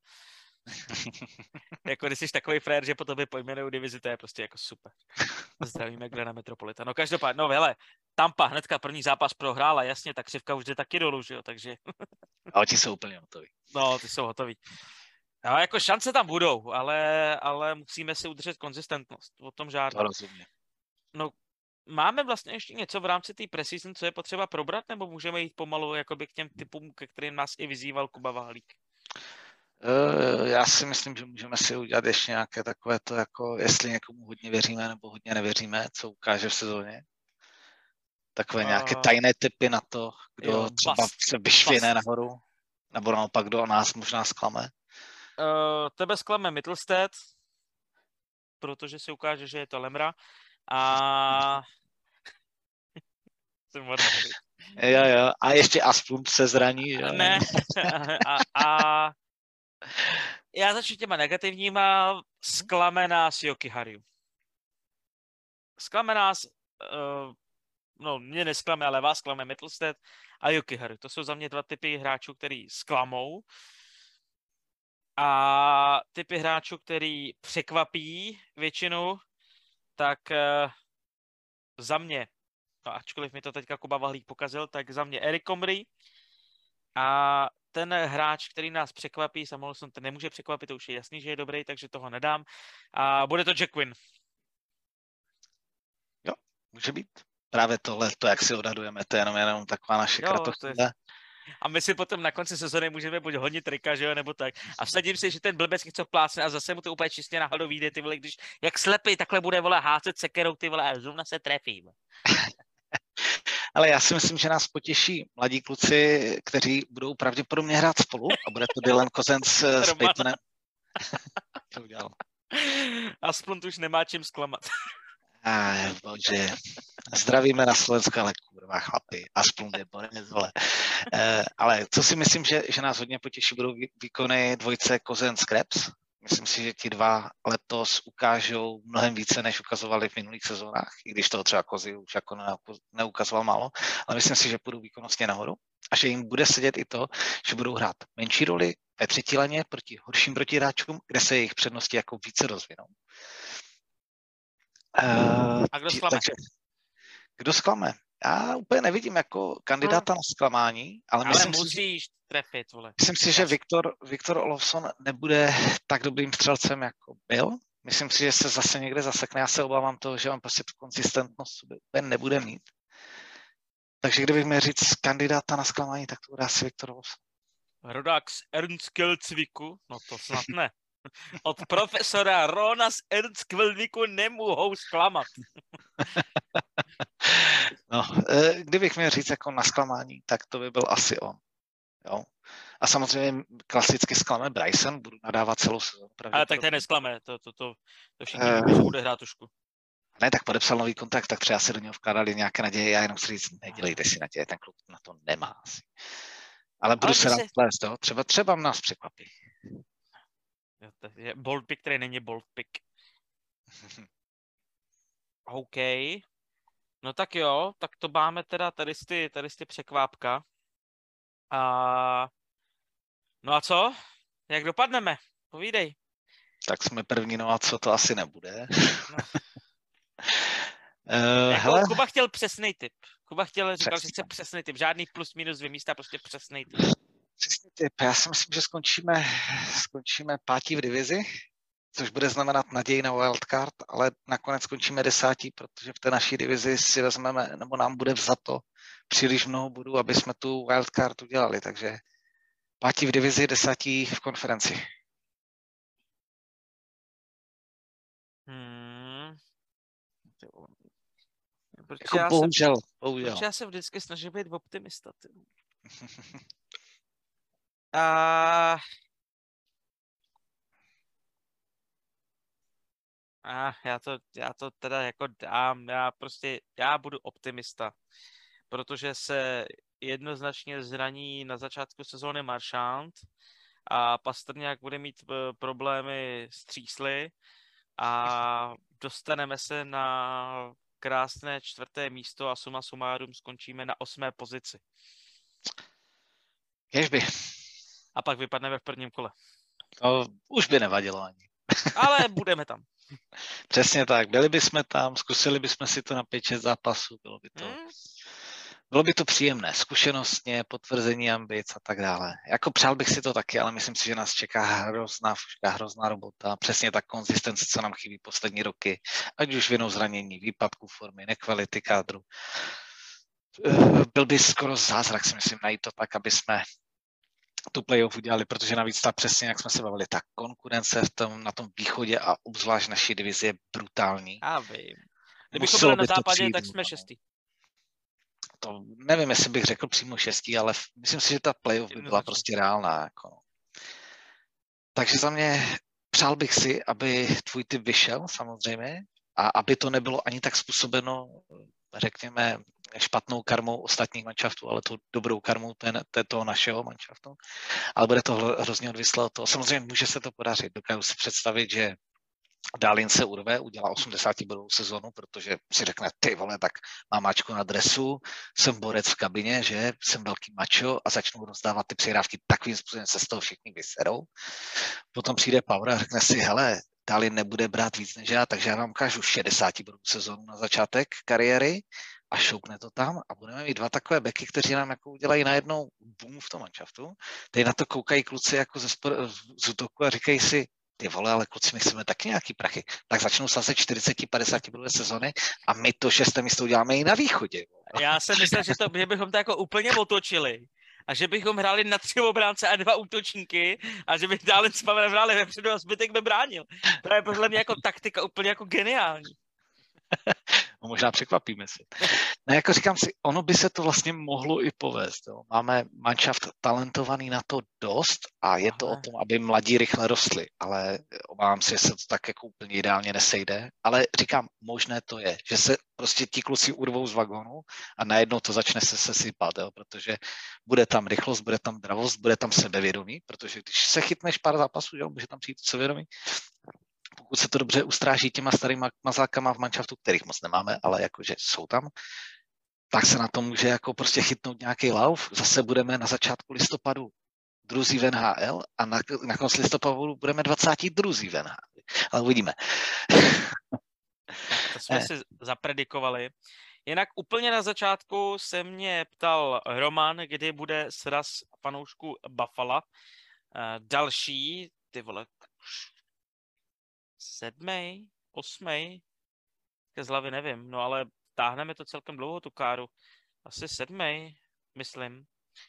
Jako když jsi takový frajer, že po tobě pojmenují divizi, to je prostě jako super. Zdravíme Glena Metropolita. No každopádně, no hele, Tampa hnedka první zápas prohrála, jasně, ta křivka už jde taky dolů, že jo, takže... Ale ti jsou úplně hotoví. No, ty jsou hotoví. No, jako šance tam budou, ale, ale musíme si udržet konzistentnost. O tom žádná. To rozumím. No, máme vlastně ještě něco v rámci té preseason, co je potřeba probrat, nebo můžeme jít pomalu jakoby k těm typům, ke kterým nás i vyzýval Kuba Vahlík? Uh, já si myslím, že můžeme si udělat ještě nějaké takové to, jako jestli někomu hodně věříme nebo hodně nevěříme, co ukáže v sezóně. Takové uh, nějaké tajné tipy na to, kdo jo, třeba bast, se vyšvihne nahoru, nebo naopak kdo nás možná zklame. Uh, tebe zklame Mittelstedt, protože si ukáže, že je to Lemra. A... jo, jo. A ještě Asplund se zraní. Jo? Ne. A, a... Já začnu těma negativníma. Zklame nás Joki Harju. Zklame nás, uh, no mě nesklame, ale vás zklame Mittelstedt a Joki Harju. To jsou za mě dva typy hráčů, který zklamou. A typy hráčů, který překvapí většinu, tak uh, za mě, no ačkoliv mi to teďka Kuba Vahlík pokazil, tak za mě Eric Comrie. A ten hráč, který nás překvapí, samozřejmě ten nemůže překvapit, to už je jasný, že je dobrý, takže toho nedám. A bude to Jack Quinn. Jo, může být. Právě tohle, to, jak si odhadujeme, to je jenom, jenom taková naše kratochvíle. A my si potom na konci sezóny můžeme buď hodit trika, že jo, nebo tak. A vsadím si, že ten blbec něco plácne a zase mu to úplně čistě náhodou vyjde, ty vole, když jak slepý takhle bude, vole, házet sekerou, ty vole, a zrovna se trefím. Ale já si myslím, že nás potěší mladí kluci, kteří budou pravděpodobně hrát spolu a bude to Dylan Cousins s Peytonem. Co udělal? Aspoň už nemá čím zklamat. Aj, bože. Zdravíme na Slovensku, ale kurva chlapi. Aspoň je borec, vole. E, ale co si myslím, že, že nás hodně potěší, budou výkony dvojce Cousins Krebs. Myslím si, že ti dva letos ukážou mnohem více, než ukazovali v minulých sezónách, i když toho třeba Kozy už jako neukazoval málo, ale myslím si, že půjdou výkonnostně nahoru a že jim bude sedět i to, že budou hrát menší roli ve třetí laně proti horším protihráčům, kde se jejich přednosti jako více rozvinou. Uh, a kdo zklame? Takže, kdo zklame? Já úplně nevidím jako kandidáta no. na zklamání, ale, ale myslím musíš si, trefit, vole. Myslím si, že Viktor, Viktor Olofsson nebude tak dobrým střelcem, jako byl. Myslím si, že se zase někde zasekne. Já se obávám toho, že on prostě tu konzistentnost úplně nebude mít. Takže kdybych měl říct kandidáta na zklamání, tak to bude asi Viktor Olofsson. Rodák z Ernstkelcviku? No to snad ne. Od profesora Rona z Ernstkelcviku nemohou zklamat. No, kdybych měl říct jako na zklamání, tak to by byl asi on. Jo. A samozřejmě klasicky zklame Bryson, budu nadávat celou sezónu. Ale tak ten nesklame, to, to, to, to všichni uh, víme, že bude hrát tušku. Ne, tak podepsal nový kontrakt, tak třeba se do něho vkládali nějaké naděje, já jenom si říct, nedělejte si naděje, ten klub na to nemá asi. Ale budu Ale se rád si... plést, jo? Třeba, třeba nás překvapí. Je bold pick, který není bold pick. OK. No tak jo, tak to máme teda tady ty, tady ty překvápka. A... No a co? Jak dopadneme? Povídej. Tak jsme první, no a co to asi nebude. No. uh, jako hele. Kuba chtěl přesný tip. Kuba chtěl, říkal, přesný. že chce přesný tip. Žádný plus minus dvě místa, prostě přesný tip. Přesný tip. Já si myslím, že skončíme, skončíme pátí v divizi, což bude znamenat naději na wildcard, ale nakonec skončíme desátí, protože v té naší divizi si vezmeme, nebo nám bude vzato příliš mnoho bodů, aby jsme tu wildcard udělali, takže pátí v divizi, desátí v konferenci. Hmm. Protože jako já bohužel, se, bohužel. Protože já se vždycky snažím být optimista. A... A já to, já to teda jako dám, já prostě, já budu optimista, protože se jednoznačně zraní na začátku sezóny Marchand a Pastrňák bude mít problémy s třísly a dostaneme se na krásné čtvrté místo a suma sumárum skončíme na osmé pozici. Kežby. A pak vypadneme v prvním kole. No, už by nevadilo ani. Ale budeme tam. Přesně tak, byli bychom tam, zkusili bychom si to na pět šest zápasů, bylo by to, hmm. bylo by to příjemné, zkušenostně, potvrzení ambic a tak dále. Jako přál bych si to taky, ale myslím si, že nás čeká hrozná fuška, hrozná robota, přesně ta konzistence, co nám chybí poslední roky, ať už vinou zranění, výpadku formy, nekvality kádru. Byl by skoro zázrak, si myslím, najít to tak, aby jsme tu playoff udělali, protože navíc ta přesně, jak jsme se bavili, ta konkurence v tom, na tom východě a obzvlášť naší divizi je brutální. Já vím. Kdybychom byli na západě, tak jsme šestý. To nevím, jestli bych řekl přímo šestý, ale myslím si, že ta playoff by byla prostě reálná. Jako. Takže za mě přál bych si, aby tvůj typ vyšel samozřejmě a aby to nebylo ani tak způsobeno, řekněme, špatnou karmou ostatních manšaftů, ale tou dobrou karmou ten, toho našeho manšaftu. Ale bude to hrozně odvislé od toho. Samozřejmě může se to podařit. Dokážu si představit, že Dálin se urve, udělá osmdesátibodovou sezonu, protože si řekne, ty vole, tak mám mačku na dresu, jsem borec v kabině, že jsem velký mačo a začnu rozdávat ty přihrávky takovým způsobem, se z toho všichni vyserou. Potom přijde Power a řekne si, hele, Dálin nebude brát víc než já, takže já vám ukážu šedesátibodovou sezonu na začátek kariéry a šoupne to tam a budeme mít dva takové beky, kteří nám jako udělají najednou boom v tom manšaftu. Teď na to koukají kluci jako ze spor- z útoku a říkají si, ty vole, ale kluci, my chceme taky nějaký prachy. Tak začnou sázet čtyřicet padesát bodové sezony a my to šesté místo uděláme i na východě. Já jsem myslel, že, to, že bychom to jako úplně otočili a že bychom hráli na tři obránce a dva útočníky a že by dále s Pavelem hráli vepředu a zbytek by bránil. To je podle mě jako taktika úplně jako geniální. No, možná překvapíme si. No, jako říkám si, ono by se to vlastně mohlo i povést. Jo. Máme manšaft talentovaný na to dost a je to Aha. o tom, aby mladí rychle rostli, ale obávám se, že se to tak jako úplně ideálně nesejde. Ale říkám, možné to je, že se prostě ti kluci urvou z vagónu a najednou to začne se sesypat, jo, protože bude tam rychlost, bude tam dravost, bude tam sebevědomí, protože když se chytneš pár zápasů, jo, může tam přijít sebevědomí. Pokud se to dobře ustráží těma starýma mazákama v manšaftu, kterých moc nemáme, ale jakože jsou tam, tak se na to může jako prostě chytnout nějaký lauf. Zase budeme na začátku listopadu druzí v N H L a na, na konci listopadu budeme dvacátí druzí v N H L. Ale uvidíme. To jsme si zapredikovali. Jinak úplně na začátku se mě ptal Roman, kdy bude sraz fanoušků Buffalo. Další, ty vole, sedmej, osmej, z hlavy nevím, no ale táhneme to celkem dlouho, tu káru. Asi sedmej, myslím.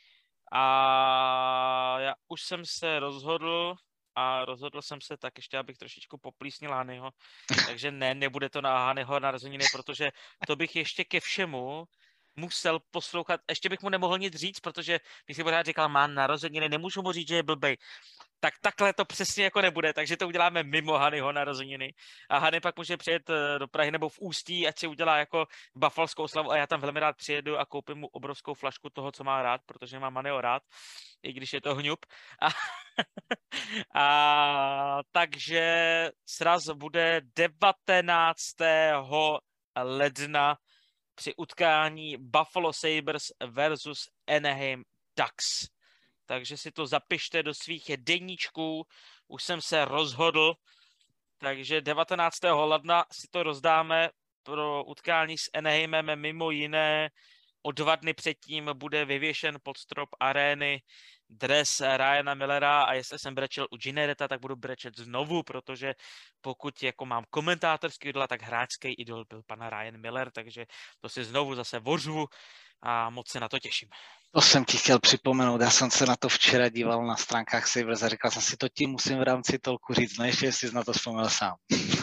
A já už jsem se rozhodl a rozhodl jsem se tak ještě, abych trošičku poplísnil Hanyho. Takže ne, nebude to na Hanyho narozeniny, protože to bych ještě ke všemu musel poslouchat. Ještě bych mu nemohl nic říct, protože když si pořád říkal, má narozeniny, nemůžu mu říct, že je blbej. Tak takhle to přesně jako nebude, takže to uděláme mimo Hanyho narozeniny. A Hany pak může přijet do Prahy nebo v Ústí, ať si udělá jako bafalskou slavu a já tam velmi rád přijedu a koupím mu obrovskou flašku toho, co má rád, protože mám Hanyho rád, i když je to hňup. A, a takže sraz bude devatenáctého ledna při utkání Buffalo Sabres versus Anaheim Ducks. Takže si to zapište do svých deníčků. Už jsem se rozhodl, takže devatenáctého ledna si to rozdáme pro utkání s Anaheimem. Mimo jiné o dva dny předtím bude vyvěšen pod strop arény dres Ryana Millera a jestli jsem brečel u Ginereta, tak budu brečet znovu, protože pokud jako mám komentátorský idol, tak hráčský idol byl pan Ryan Miller, takže to si znovu zase vořvu a moc se na to těším. To jsem ti chtěl připomenout, já jsem se na to včera díval na stránkách Sabres a říkal jsem si, to ti musím v rámci tolku říct, než jestli jsi na to vzpomněl sám.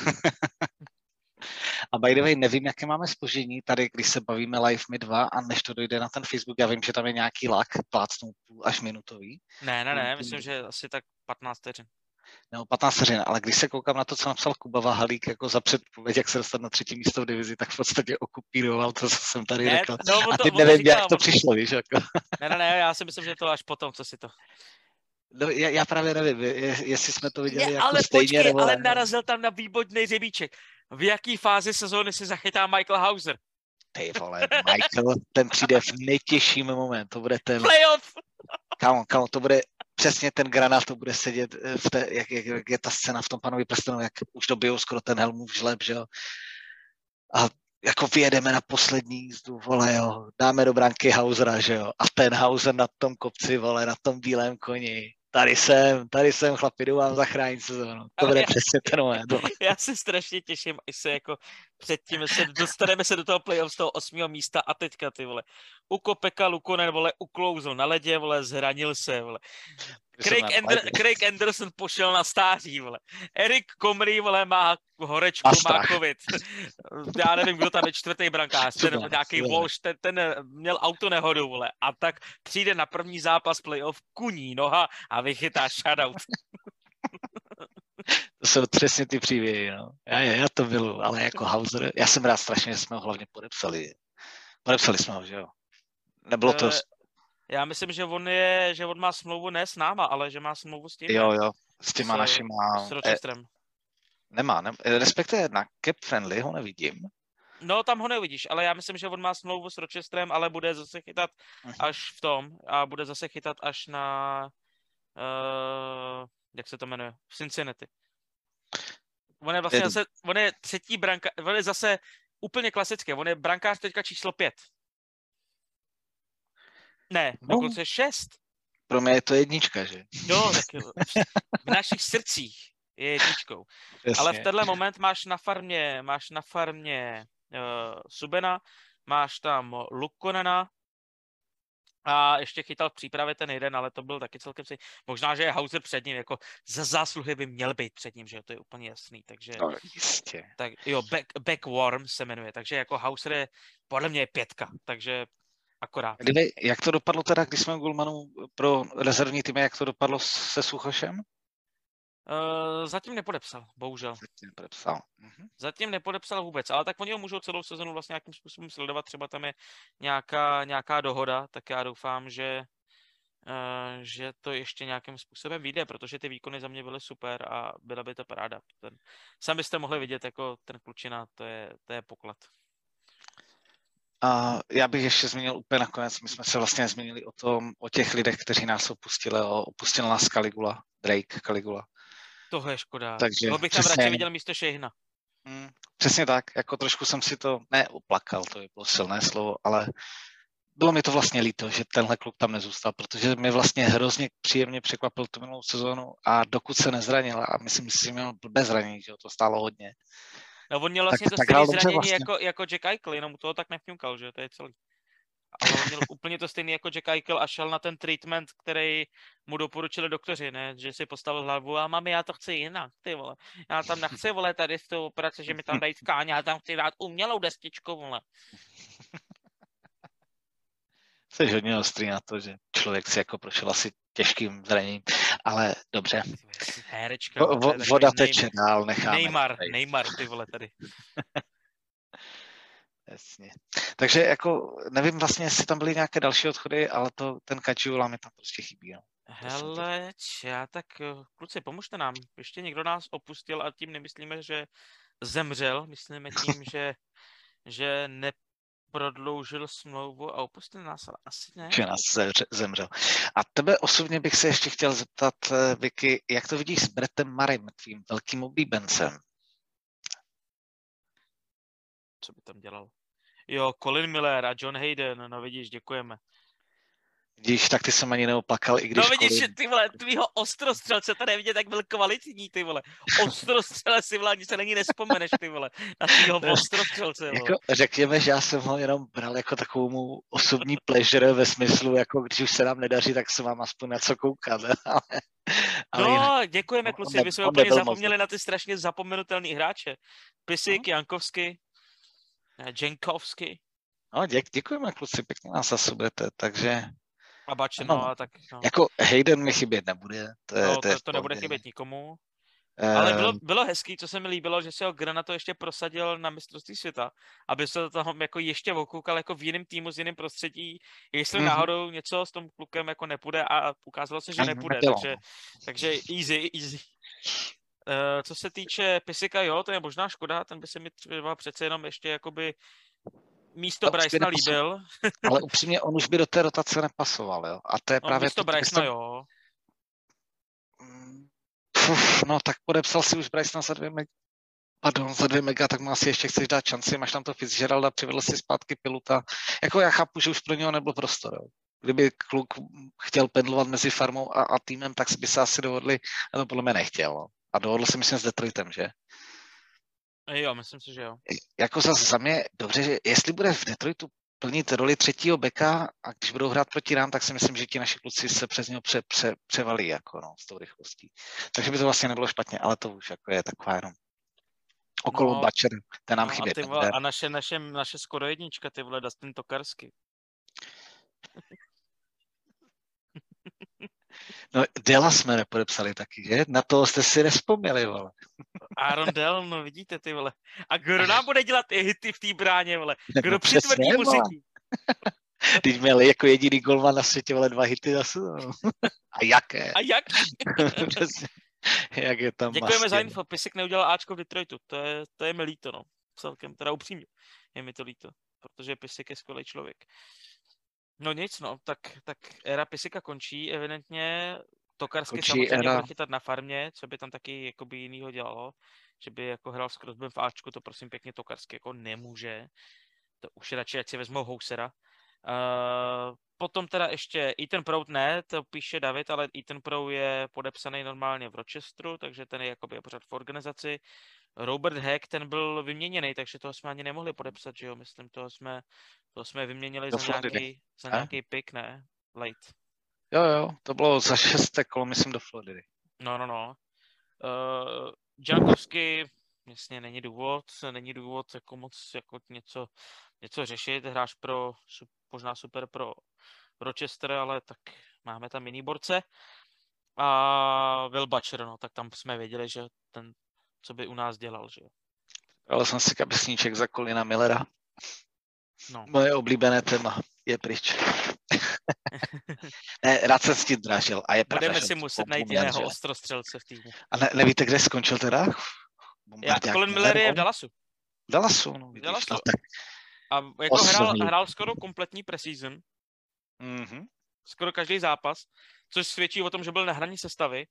A by the way, nevím, jaké máme zpoždění tady, když se bavíme live my dva a než to dojde na ten Facebook, já vím, že tam je nějaký lak, plácnou půl až minutový. Ne, ne, ne, myslím, že asi tak patnáct vteřin. Nebo patnáct vteřin, ale když se koukám na to, co napsal Kuba Vahalík jako za předpověď, jak se dostat na třetí místo v divizi, tak v podstatě okupíroval to, co jsem tady ne, řekl. No, a teď nevím, říkal, jak to přišlo, víš, jako. Ne, ne, ne, já si myslím, že to až potom, co si to... No, já, já právě nevím, jestli jsme to viděli ne, jako ale stejně, počkej, nebo... ale narazil tam na výborný řebíček. V jaký fázi sezóny si zachytá Michael Hauser? Ty vole, Michael, ten přijde v nejtěžším moment, to bude ten... Playoff! Kámo, kámo, to bude přesně ten granát, to bude sedět, v té, jak, jak, jak je ta scéna v tom Panovi prstenu, jak už dobijou skoro ten Helmův žleb, že jo. A jako vyjedeme na poslední jízdu, vole, jo, dáme do branky Hausera, že jo, a ten Hauser na tom kopci, vole, na tom bílém koni, tady jsem, tady jsem, chlapi, jdu vám zachránit sezónu. To bude přesně ten moment. Já se strašně těším, až se jako předtím se dostaneme se do toho playoff z toho osmého místa a teďka ty vole. Uko Pekka Lukonen, vole, uklouzl na ledě, vole, zranil se, vole. Craig, Ander, Craig Anderson pošel na stáří, vole. Eric Comrie, vole, má horečku, má, má covid. Já nevím, kdo tam je čtvrtý brankář, ten nějaký Walsh, ten, ten měl autonehodu, vole. A tak přijde na první zápas playoff, kuní noha a vychytá shutout. To jsou přesně ty příběhy, no. Já, já to miluji, ale jako Hauser, já jsem rád strašně, že jsme ho hlavně podepsali. Podepsali jsme ho, že jo. Nebylo to... Já myslím, že on je, že on má smlouvu ne s náma, ale že má smlouvu s tím. Jo, jo, s těma s, našima... S Rochesterem. E, nemá, ne, respektive na Cap Friendly ho nevidím. No, tam ho nevidíš, ale já myslím, že on má smlouvu s Rochesterem, ale bude zase chytat uh-huh. až v tom a bude zase chytat až na... Uh, jak se to jmenuje? V Cincinnati. On je vlastně je... zase, on je třetí branka, on je zase úplně klasické, on je brankář teďka číslo pět. Ne, no, dokonce šest. Pro mě je to jednička, že? Jo, tak v našich srdcích je jedničkou. Jasně. Ale v tenhle moment máš na farmě, máš na farmě uh, Subena, máš tam Lukonena a ještě chytal v přípravě ten jeden, ale to byl taky celkem si... Možná, že je Hauser před ním, jako za zásluhy by měl být před ním, že to je úplně jasný, takže... No, jistě. Tak, jo, back, Backworm se jmenuje, takže jako Hauser je, podle mě je pětka, takže... Akorát. Kdyby, jak to dopadlo teda, když jsme Gulmanu pro rezervní týmy, jak to dopadlo se Suchošem? Uh, zatím nepodepsal, bohužel. Zatím nepodepsal. Mhm. Zatím nepodepsal vůbec, ale tak oni ho můžou celou sezonu vlastně nějakým způsobem sledovat, třeba tam je nějaká, nějaká dohoda, tak já doufám, že, uh, že to ještě nějakým způsobem vyjde, protože ty výkony za mě byly super a byla by to paráda. Ten, sami jste mohli vidět, jako ten klučina, to je, to je poklad. A já bych ještě zmínil úplně nakonec, my jsme se vlastně zmínili o tom, o těch lidech, kteří nás opustili, o, opustil nás Caligula, Drake Caligula. Toho je škoda, takže toho bych tam radši viděl místo Shehna. Mm, přesně tak, jako trošku jsem si to, ne oplakal, to je bylo silné slovo, ale bylo mi to vlastně líto, že tenhle kluk tam nezůstal, protože mě vlastně hrozně příjemně překvapil tu minulou sezónu a dokud se nezranil, a myslím si, že měl blbé zranění, že to stálo hodně. No on měl vlastně tak, to tak stejné zranění vlastně. jako, jako Jack Eichel, jenom toho tak nefňukal, že to je celý. Ale on měl úplně to stejný jako Jack Eichel a šel na ten treatment, který mu doporučili doktoři, ne? Že si postavil hlavu a mami, já to chci jinak, ty vole. Já tam nechci, vole, tady z toho operace, že mi tam dají tkáně, já tam chci dát umělou destičku, vole. Jsi hodně ostrý na to, že člověk si jako prošel asi těžkým zraněním, ale dobře. Herečka, vo, vo, voda teče dál, necháme. Neymar, Neymar, ty vole, tady. Jasně. Takže jako nevím vlastně, jestli tam byly nějaké další odchody, ale to, ten Kačula mi tam prostě chybí. No. Hele, já tak, kluci, pomožte nám. Ještě někdo nás opustil a tím nemyslíme, že zemřel. Myslíme tím, že, že neprodloužil smlouvu a opustil nás, ale asi ne. Že nás zemřel. A tebe osobně bych se ještě chtěl zeptat, Vicky, jak to vidíš s Brettem Murraym, tvým velkým oblíbencem? Co by tam dělal? Jo, Colin Miller a John Hayden, no vidíš, děkujeme. Vidíš, tak ty jsem ani neoplakal, i když... No vidíš, Colin... ty vole, tvýho ostrostřelce tady vidět, jak byl kvalitní, ty vole. Ostrostřelce si vole, ani se není nespomeneš, ty vole, na tvýho ostrostřelce, vole. Jako, řekněme, že já jsem ho jenom bral jako takovou mu osobní pleasure ve smyslu, jako když už se nám nedaří, tak se mám aspoň na co koukat, ale... ale no, jinak... děkujeme, kluci, ne, vy jsme úplně zapomněli moc. Na ty strašně zapomenutelný hráče. Pisík, no. Jankovský, Jankovský. No, děk, děkujeme, kluci, pěkně nás zasobujete, takže... A bače, no, no, tak... No. Jako Hayden mi chybět nebude. To, je, no, to, to, je to nebude chybět nikomu. Uh, Ale bylo, bylo hezký, co se mi líbilo, že si ho Granato ještě prosadil na mistrovství světa, aby se tam jako ještě okoukal jako v jiném týmu, s jiným prostředí, jestli mm-hmm. náhodou něco s tom klukem jako nepůjde a ukázalo se, že nepůjde, takže, takže easy, easy. Uh, co se týče Pisika, jo, to je možná škoda, ten by se mi třeba přece jenom ještě jakoby místo Brysona líbil. Ale upřímně, on už by do té rotace nepasoval, jo. A to je no, právě... Místo Brysona, jo. Uf, no tak podepsal si už Brysona za dvě pardon, za dvě mega, tak mu asi ještě chceš dát šanci, máš tam to Fitzgeralda, přivedl si zpátky Piluta. Jako já chápu, že už pro něho nebyl prostor. Jo. Kdyby kluk chtěl pendlovat mezi farmou a, a týmem, tak by se asi dohodli, a to podle mě nechtěl. No. A dohodl se myslím s Detroitem, že? Jo, myslím si, že jo. Jako zase za mě, dobře, že jestli bude v Detroitu plnit roli třetího beka a když budou hrát proti nám, tak si myslím, že ti naši kluci se přes něho pře, pře, převalí jako no, s tou rychlostí. Takže by to vlastně nebylo špatně, ale to už jako je taková jenom okolo No, Butcher, ten nám no chybí. a, ty vole, a naše, naše, naše skoro jednička, ty vole, Dustin Tokarsky. No, Dela jsme nepodepsali taky, že? Na toho jste si nespomněli, vole. Aaron Dell, no vidíte, ty vole. A kdo nám bude dělat i hity v té bráně, vole? Kdo No, přitvrdí přesně, muziku? Teď měl jako jediný golman na světě, vole, dva hity za sezónu. A jaké? A jak? Přesně. Jak je tam Děkujeme masně. za info, Pisek neudělal Ačko v Detroitu, to je, to je mi líto, no. Celkem, teda upřímně, je mi to líto, protože Pisek je skvělý člověk. No nic, no, tak, tak éra Piseka končí, evidentně Tokarsky Končí samozřejmě éra. bude chytat na farmě, co by tam taky jakoby jinýho dělalo, že by jako hrál s Crosbym v Ačku, to prosím pěkně Tokarsky jako nemůže, to už radši, ať si vezmou Housera. Uh, potom teda ještě Ethan Proud ne, to píše David, ale Ethan Proud je podepsaný normálně v Rochesteru, takže ten je jakoby pořád v organizaci. Robert Hack, ten byl vyměněný, takže toho jsme ani nemohli podepsat, že jo, myslím, toho jsme, toho jsme vyměnili Do za Floridy. nějaký, za A? nějaký pick, ne? Late. Jo, jo, to bylo za šesté kolo, myslím, do Floridy. No, no, no. Uh, Jankovsky, jasně, není důvod, není důvod jako moc jako něco, něco řešit, hráš pro, možná super pro Rochester, ale tak máme tam jiný borce. A Will Butcher, no, tak tam jsme věděli, že ten, co by u nás dělal, že jo. Ale jsem si kapesníček za Colina Millera. No. Moje oblíbené téma je pryč. Ne, rád jsem s tím dražil. A je pravda, Budeme že si on muset to najít poměr, jiného že? ostrostřelce v týmu. A ne, nevíte, kde skončil teda? Já, Bombardák Colin Miller je v Dallasu. V Dallasu, no, V vidíš, Dallasu. no, tak. A jako hrál, Osmý. hrál skoro kompletní preseason, Mm-hmm. skoro každý zápas, což svědčí o tom, že byl na hraní sestavy.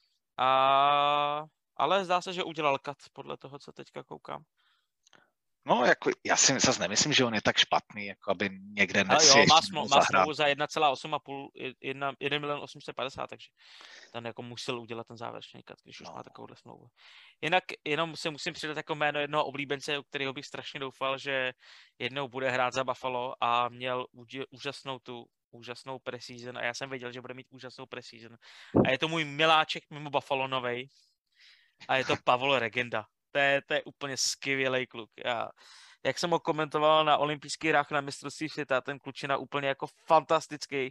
A... Ale zdá se, že udělal cut, podle toho, co teďka koukám. No, jako, já si zase nemyslím, že on je tak špatný, jako aby někde Ale nesi jo, má, ještě smlou, mohl má zahrát. smlouvu za jedna celá osm a půl, jeden milion osm set padesát, takže ten jako musel udělat ten závěrečný cut, když už No. má takovouhle smlouvu. Jinak jenom se musím přidat jako jméno jednoho oblíbence, u kterého bych strašně doufal, že jednou bude hrát za Buffalo a měl úži- úžasnou tu úžasnou preseason a já jsem věděl, že bude mít úžasnou preseason. A je to můj miláček mimo Buffalo novej a je to Pavol Regenda. To je, to je úplně skvělý kluk. Já, jak jsem ho komentoval na olympijských hrách na mistrovství světa, ten klučina úplně jako fantastický.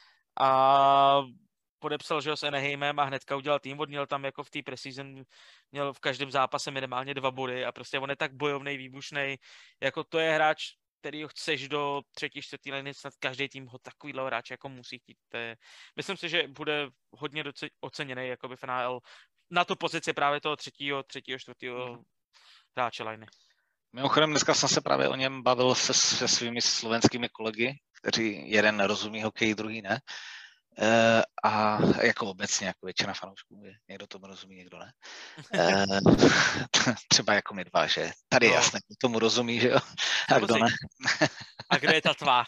A podepsal, že ho s Anaheimem a hnedka udělal tým, odměl tam jako v té preseason, měl v každém zápase minimálně dva body a prostě on je tak bojovnej, výbušnej, jako to je hráč, který ho chceš do třetí, čtvrtý liny, snad každý tým ho takovýhle hráč jako musí chtít. To je, myslím si, že bude hodně doce, oceněný jakoby v N H L na tu pozici právě toho třetího, třetího, čtvrtého hráče liny. Mimochodem, dneska jsem se právě o něm bavil se, se svými slovenskými kolegy, kteří jeden rozumí hokej, druhý ne. E, a jako obecně, jako většina fanoušků, je, někdo tomu rozumí, někdo ne. E, třeba jako my dva, že tady je No. jasné, kdo tomu rozumí, že jo, a kdo ne. A kde je ta tvář?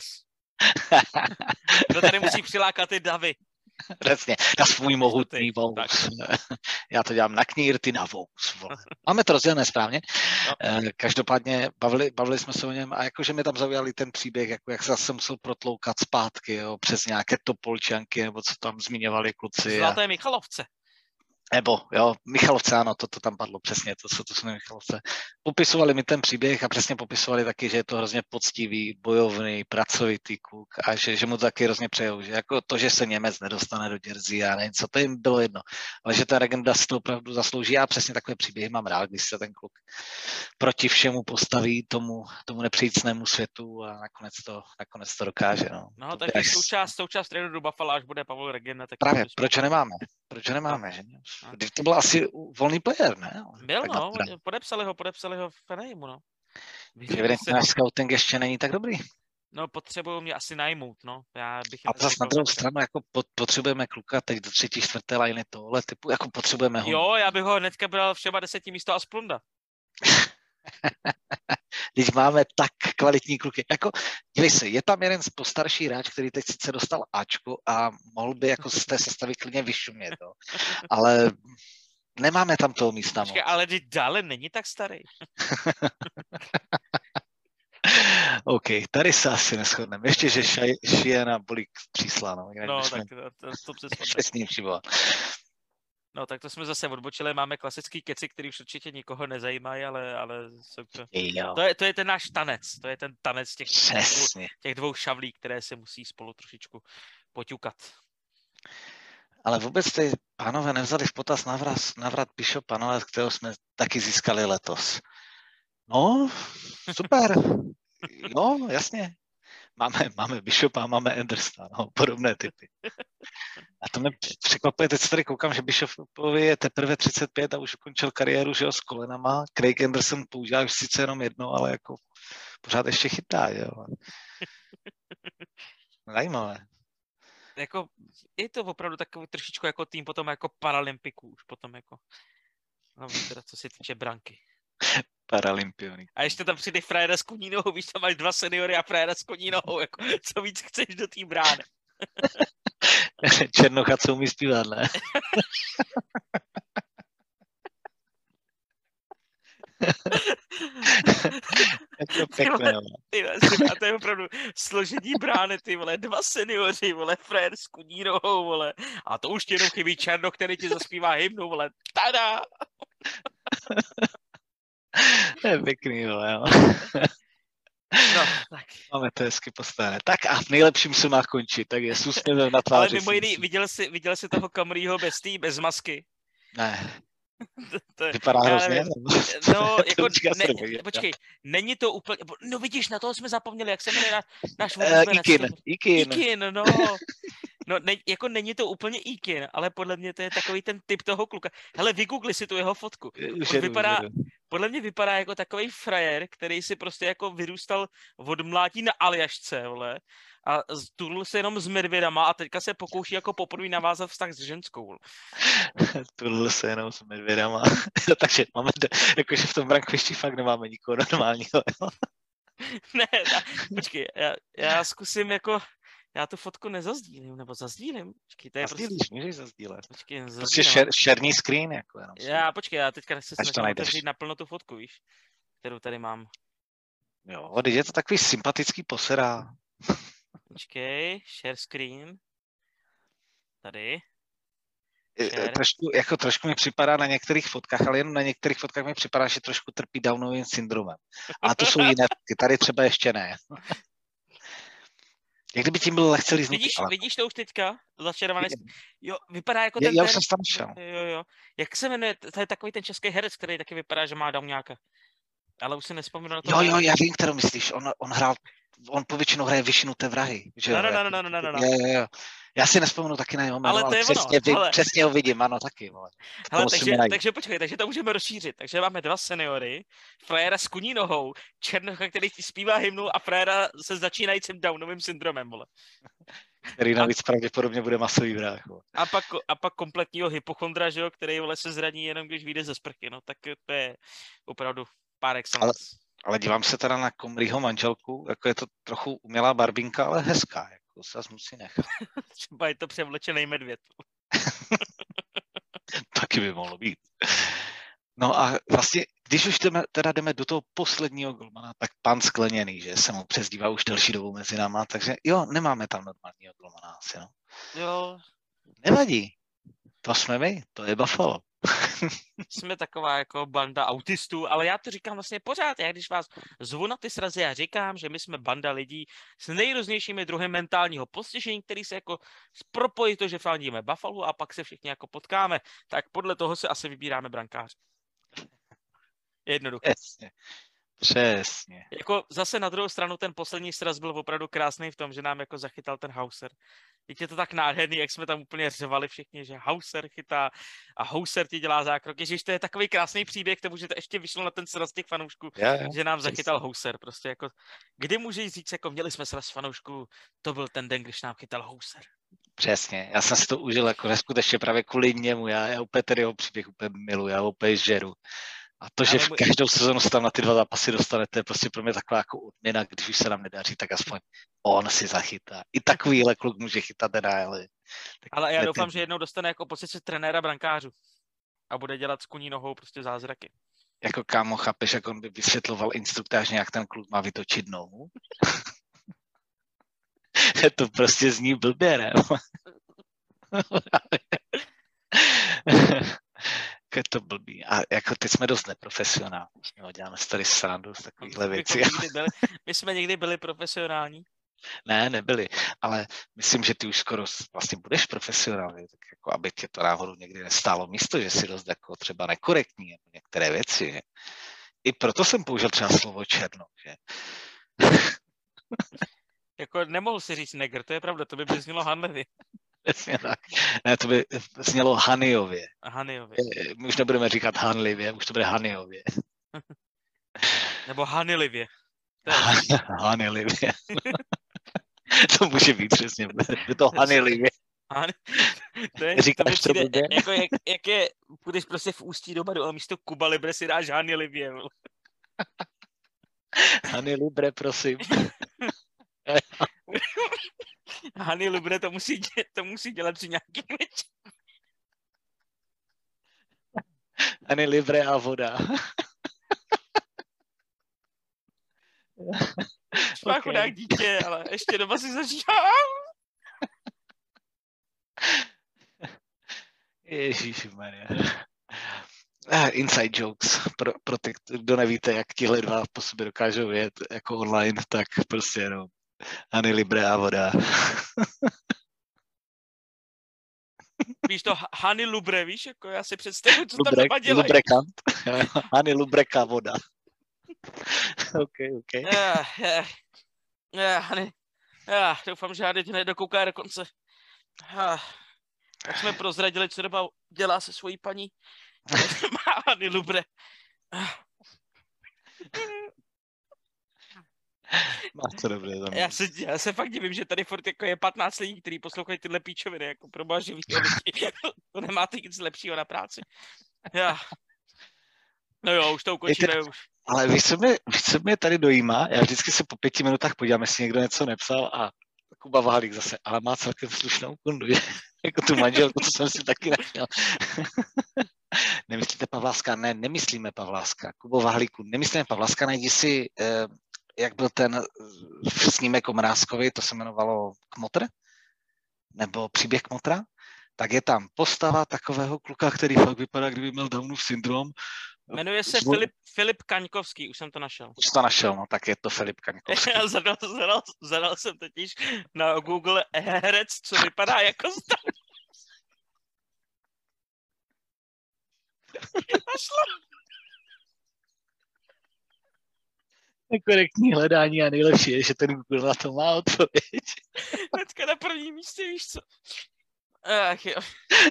Kdo tady musí přilákat ty davy? Přesně, na svůj mohutný vous. Já to dělám na knír, ty na vous. Máme to rozdělené správně. No. Každopádně bavili, bavili jsme se o něm a jakože mi tam zaujali ten příběh, jako jak se zase musel protloukat zpátky, jo, přes nějaké Topolčanky, nebo co tam zmiňovali kluci. Zlaté a... Michalovce. Nebo, jo, Michalovce, ano, to, to tam padlo přesně, to, to jsou Michalovce. Popisovali mi ten příběh a přesně popisovali taky, že je to hrozně poctivý, bojovný, pracovitý kluk a že, že mu to taky hrozně přejou, že jako to, že se Němec nedostane do Jersey a nevím, co to jim bylo jedno, ale že ta Regenda si to opravdu zaslouží. Já přesně takové příběhy mám rád, když se ten kluk proti všemu postaví tomu, tomu nepřícnému světu a nakonec to, nakonec to dokáže. No, no to takže součást, součást tradu do Buffalo, až bude Pavel Regenda. Tak právě, proč ho nemáme? Proč ho nemáme, že? Když to byl asi volný player, ne? Byl, tak no, podepsali ho, podepsali ho v Anaheimu, no. Evidentně náš scouting ještě není tak dobrý. No, potřebují mě asi najmout, no. Já bych a zase na druhou stranu, jako potřebujeme kluka teď do třetí, čtvrté liny tohle typu, jako potřebujeme ho. Jo, já bych ho hnedka bral v Šeba deseti místo Asplunda. Když máme tak kvalitní kluky. Jako, dívej se, je tam jeden postarší hráč, který teď sice dostal Ačko a mohl by jako z té sestavy klidně vyšumět, jo. Ale nemáme tam toho místa moc. Počkej, ale teď dále není tak starý. OK, tady se asi neschodneme. Ještě, že šije na bolík třísla, no. Jinak No, bychom tak to, to, to přesně. se s ním všimovat. No, tak to jsme zase odbočili, máme klasický keci, který už určitě nikoho nezajímají, ale, ale jsou to... To je, to je ten náš tanec, to je ten tanec těch, Přesně. těch dvou šavlí, které se musí spolu trošičku poťukat. Ale vůbec ty pánové nevzali v potaz navrat, navrat Bishopa, no, kterého jsme taky získali letos. No, super. No, jasně. Máme, máme Bishopa, máme Andersona, no, podobné typy. A to mě překvapuje, teď se tady koukám, že Bishopovi je teprve třicet pět a už ukončil kariéru, že jo, s kolenama. Craig Anderson používá už sice jenom jedno, ale jako pořád ještě chytá, jo. Zajímavé. Jako, je to opravdu takový trošičku jako tým potom jako Paralympiků, už potom jako, hlavně teda co se týče branky. Paralympionik. A ještě tam přijde frajera s koní nohou, víš, tam máš dva seniory a frajera s koní nohou, jako, co víc chceš do té brány. Černocha, co umí zpívat, ne? Je to pěkné, no. A to je opravdu složení brány, ty vole, dva seniori, vole, frajer s koní nohou, vole. A to už ti jenom chybí Černoch, který ti zaspívá hymnu, vole, tada! To je pěkný, vole, jo. No, tak. Máme to hezky postavené. Tak a v nejlepším se má končit, tak je s úsměvem na tváři. Ale mimo jiný, viděl jsi, viděl jsi toho Camryho bez tý, bez masky? Ne. to, to, vypadá hrozně. No, jako, ne, počkej, není to úplně, no vidíš, na toho jsme zapomněli, jak se jmenuje na, náš uh, Ikin, Ikin. Ikin, no. No, ne, jako není to úplně Ikin, ale podle mě to je takový ten typ toho kluka. Hele, vygoogli si tu jeho fotku. On vypadá, podle mě vypadá jako takový frajer, který si prostě jako vyrůstal od mlátí na Aljašce, vole. A tulil se jenom s medvědama a teďka se pokouší jako poprvé navázat vztah s ženskou. Tulil se jenom s medvědama. Takže máme, jakože v tom brankovišti fakt nemáme nikoho normálního. Ne, ta, počkej, já, já zkusím jako, já tu fotku nezazdílím, nebo zazdílím? Počkej, to je Zazdílíš, prostě... můžeš zazdílet. Počkej, zazdílím. Prostě šer, šerný screen, jako jenom. Já, počkej, já teďka se snažím otevřít naplno tu fotku, víš, kterou tady mám. Jo, teď je to takový sympatický poserá. Počkej, share screen. Tady. Share. Trošku, jako trošku mi připadá na některých fotkách, ale jenom na některých fotkách mi připadá, že trošku trpí Downovým syndromem. A to jsou jiné fotky, tady třeba ještě ne. Jak kdyby tím byl lehce líznutý. Vidíš, ale... vidíš to už teďka? Začerovaný. Jo, vypadá jako je, ten... Já ten... už jsem tam šel. Jo, jo. Jak se jmenuje? To je takový ten český herec, který taky vypadá, že má Dowňáka. Ale už si nespomínám na to. Jo, jo, já vím, kterou myslíš. On, on hrál, on povětšinou hraje Vyšinuté vrahy. Že no, no, no, no, no, no, no. Jo, jo, jo. Já si nespomenu taky na jeho jméno, ale, ale přesně, ono, ale... přesně ho vidím, ano, taky. Hele, takže, takže počkej, takže to můžeme rozšířit. Takže máme dva seniory, frajera s kuní nohou, Černocha, který ti zpívá hymnu a frajera se začínajícím Downovým syndromem, vole. Který navíc a... pravděpodobně bude masový vrah. A pak, a pak kompletního hypochondra, že jo, který vole se zraní jenom, když vyjde ze sprchy, no tak to je opravdu pár excellence. Ale, ale dívám se teda na Comryho manželku, jako je to trochu umělá barbinka, ale hezká. To se musí nechat. Třeba je to převlečený medvěd. Taky by mohlo být. No a vlastně, když už jdeme, teda jdeme do toho posledního golmana, tak pan Skleněný, že se mu přezdívá už delší dobu mezi náma, takže jo, nemáme tam normálního golmana asi, no. Jo. Nevadí. To jsme my, to je Buffalo. Jsme taková jako banda autistů, ale já to říkám vlastně pořád. Já když vás zvu na ty srazy a říkám, že my jsme banda lidí s nejrůznějšími druhy mentálního postižení, který se jako propojí to, že fandíme Buffalo a pak se všichni jako potkáme, tak podle toho se asi vybíráme brankáře. Jednoduché. Přesně. Přesně. Jako zase na druhou stranu ten poslední sraz byl opravdu krásný v tom, že nám jako zachytal ten Hauser. Teď je to tak nádherný, jak jsme tam úplně řvali všichni, že Hauser chytá a Hauser ti dělá zákrok. Ježiš, to je takový krásný příběh, tomu, že to ještě vyšlo na ten sraz těch fanoušků, yeah, yeah. že nám zachytal Hauser. Prostě jako, kdy můžeš říct, jako měli jsme sraz fanoušků, to byl ten den, když nám chytal Hauser. Přesně, já jsem si to užil jako neskutečně právě kvůli němu, já, já úplně tady jeho příběh úplně miluji, já ho úplně žeru. A to, že Ale v můj- každou sezonu se tam na ty dva zápasy dostanete, je prostě pro mě taková jako odměna, když už se nám nedaří, tak aspoň on si zachytá. I takovýhle kluk může chytat teda, ale... Ale já ne doufám, ten. že jednou dostane jako pozici trenéra brankářů a bude dělat s kuní nohou prostě zázraky. Jako kámo, chápeš, jak on by vysvětloval instruktážně, jak ten kluk má vytočit nohu? To prostě zní blbě, ne? Je to blbý. A jako teď jsme dost neprofesionální. Jo, děláme si tady srandu z takovýchhle věcí. Bychom někdy byli, my jsme někdy byli profesionální. Ne, nebyli, ale myslím, že ty už skoro s- vlastně budeš profesionální, tak jako aby tě to náhodou někdy nestálo místo, že si dost jako třeba nekorektní jako některé věci. Že? I proto jsem použil třeba slovo černo, že? Jako nemohl si říct negr, to je pravda, to by by znělo hanlivě. Přesně tak. Ne, to by znělo Hanyově. Hanijově. My už nebudeme říkat Hanlivě, už to bude Hanyově. Nebo hanilivě. To je Hanylivě. To může být přesně. Je to Hanylivě. Han... To je, to Říkáš mi to přijde, blbě? jako jak, jak je, půjdeš prostě v Ústí do baru a místo Kuba Libre si dáš hanilivě. Hanylibre, prosím. Hany Libre to musí, dě, to musí dělat při nějaký meč. Hanylibre a voda. Má Ok. chudák dítě, ale ještě doma si začíná. Ježíšmarja. Ah, inside jokes. Pro, pro ty, kdo nevíte, jak tihle dva po sobě dokážou jet jako online, tak prostě jenom Hanylibre a voda. Víš to, Hany Lubre, víš, jako já si představuji, co tam Lubrek, doma dělají. lubrekant. Hanylubreka voda. OK, OK. Eh, eh, eh, Hany, eh, doufám, že Hany tě nedokouká do konce. Eh, tak jsme prozradili, co doma dělá se svojí paní. Má Hany Lubre. Eh, Máš to dobré za mě. Já se, já se fakt divím, že tady furt jako je patnáct lidí, kteří poslouchají tyhle píčoviny, jako pro boha živýho lidi. To nemáte nic lepšího na práci. Já. No jo, už to ukončíme. Víte, Už. Ale víš, co mě, víš, co mě tady dojímá? Já vždycky se po pěti minutách podívám, jestli někdo něco nepsal a Kuba Vahalík zase, ale má celkem slušnou kundu, že? Jako tu manželku, co jsem si taky našel. Nemyslíte Pavláska? Ne, nemyslíme Pavláska. Kubo Vahalíku, nemyslíme Pavláska, najdi si, eh, jak byl ten eh, snímek o Mrázkovi, to se jmenovalo Kmotr? Nebo Příběh Kmotra? Tak je tam postava takového kluka, který fakt vypadá, kdyby měl Downův syndrom. Jmenuje se Zvol- Filip, Filip Kaňkovský, už jsem to našel. Už to našel, no, tak je to Filip Kaňkovský. Já zadal, zadal, zadal jsem totiž na Google herec, co vypadá jako zda. Našlo. Nekorektní hledání a nejlepší je, že ten Google na to má odpověď. Hnedka na prvním místě, víš co. Ach jo.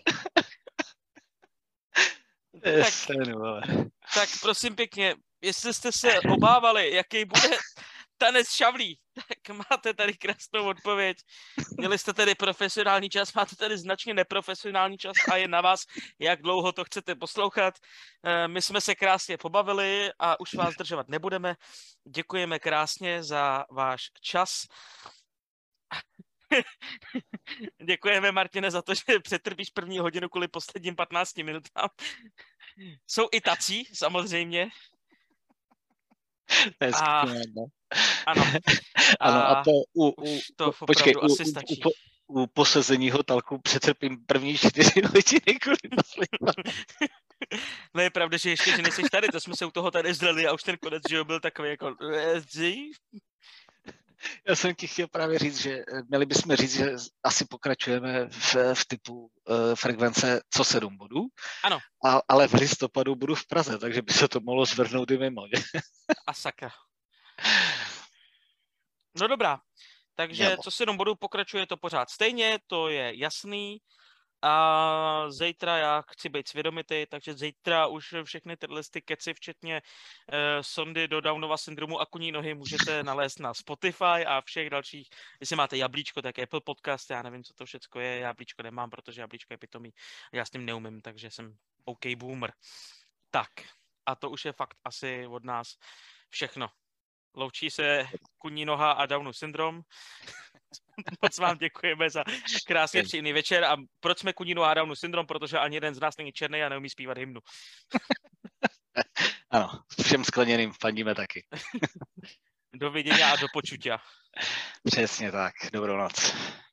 Tak. Sen, vole. Tak prosím pěkně, jestli jste se obávali, jaký bude tanec šavlí, tak máte tady krásnou odpověď. Měli jste tedy profesionální čas, máte tady značně neprofesionální čas a je na vás, jak dlouho to chcete poslouchat. Eh, My jsme se krásně pobavili a už vás zdržovat nebudeme. Děkujeme krásně za váš čas. Děkujeme, Martine, za to, že přetrpíš první hodinu kvůli posledním patnácti minutám. Jsou i tací, samozřejmě. Hezky, A- no. Ano, Ano, a to u, u, už to u, počkej, opravdu u, asi u, stačí. u, po- u posezeního talku přetrpím první čtyři hodiny kvůli poslední. No je pravda, že ještě, že nejsi tady, to jsme se u toho tady zlili a už ten konec, že jo, byl takový jako... eh, zi? Já jsem ti chtěl právě říct, že eh, měli bychom říct, že asi pokračujeme v, v typu uh, frekvence co sedm bodů. Ano. A, ale v listopadu budu v Praze, takže by se to mohlo zvrhnout i mimo. Že? A sakra. No dobrá, takže Jo. co si jenom budu, pokračuje to pořád stejně, to je jasný. A zítra já chci být svědomitý, takže zítra už všechny tyhle ty keci, včetně eh, sondy do Downova syndromu a kuní nohy, můžete nalézt na Spotify a všech dalších. Jestli máte jablíčko, tak Apple Podcast, já nevím, co to všecko je, jablíčko nemám, protože jablíčko je pitomý. Já s tím neumím, takže jsem OK boomer. Tak, a to už je fakt asi od nás všechno. Loučí se kuní noha a Downův syndrom. Moc vám děkujeme za krásně příjemný večer. A proč jsme kuní noha a Downův syndrom? Protože ani jeden z nás není černý a neumí zpívat hymnu. Ano, všem skleněným fandíme taky. Do vidění a do počutia. Přesně tak. Dobrou noc.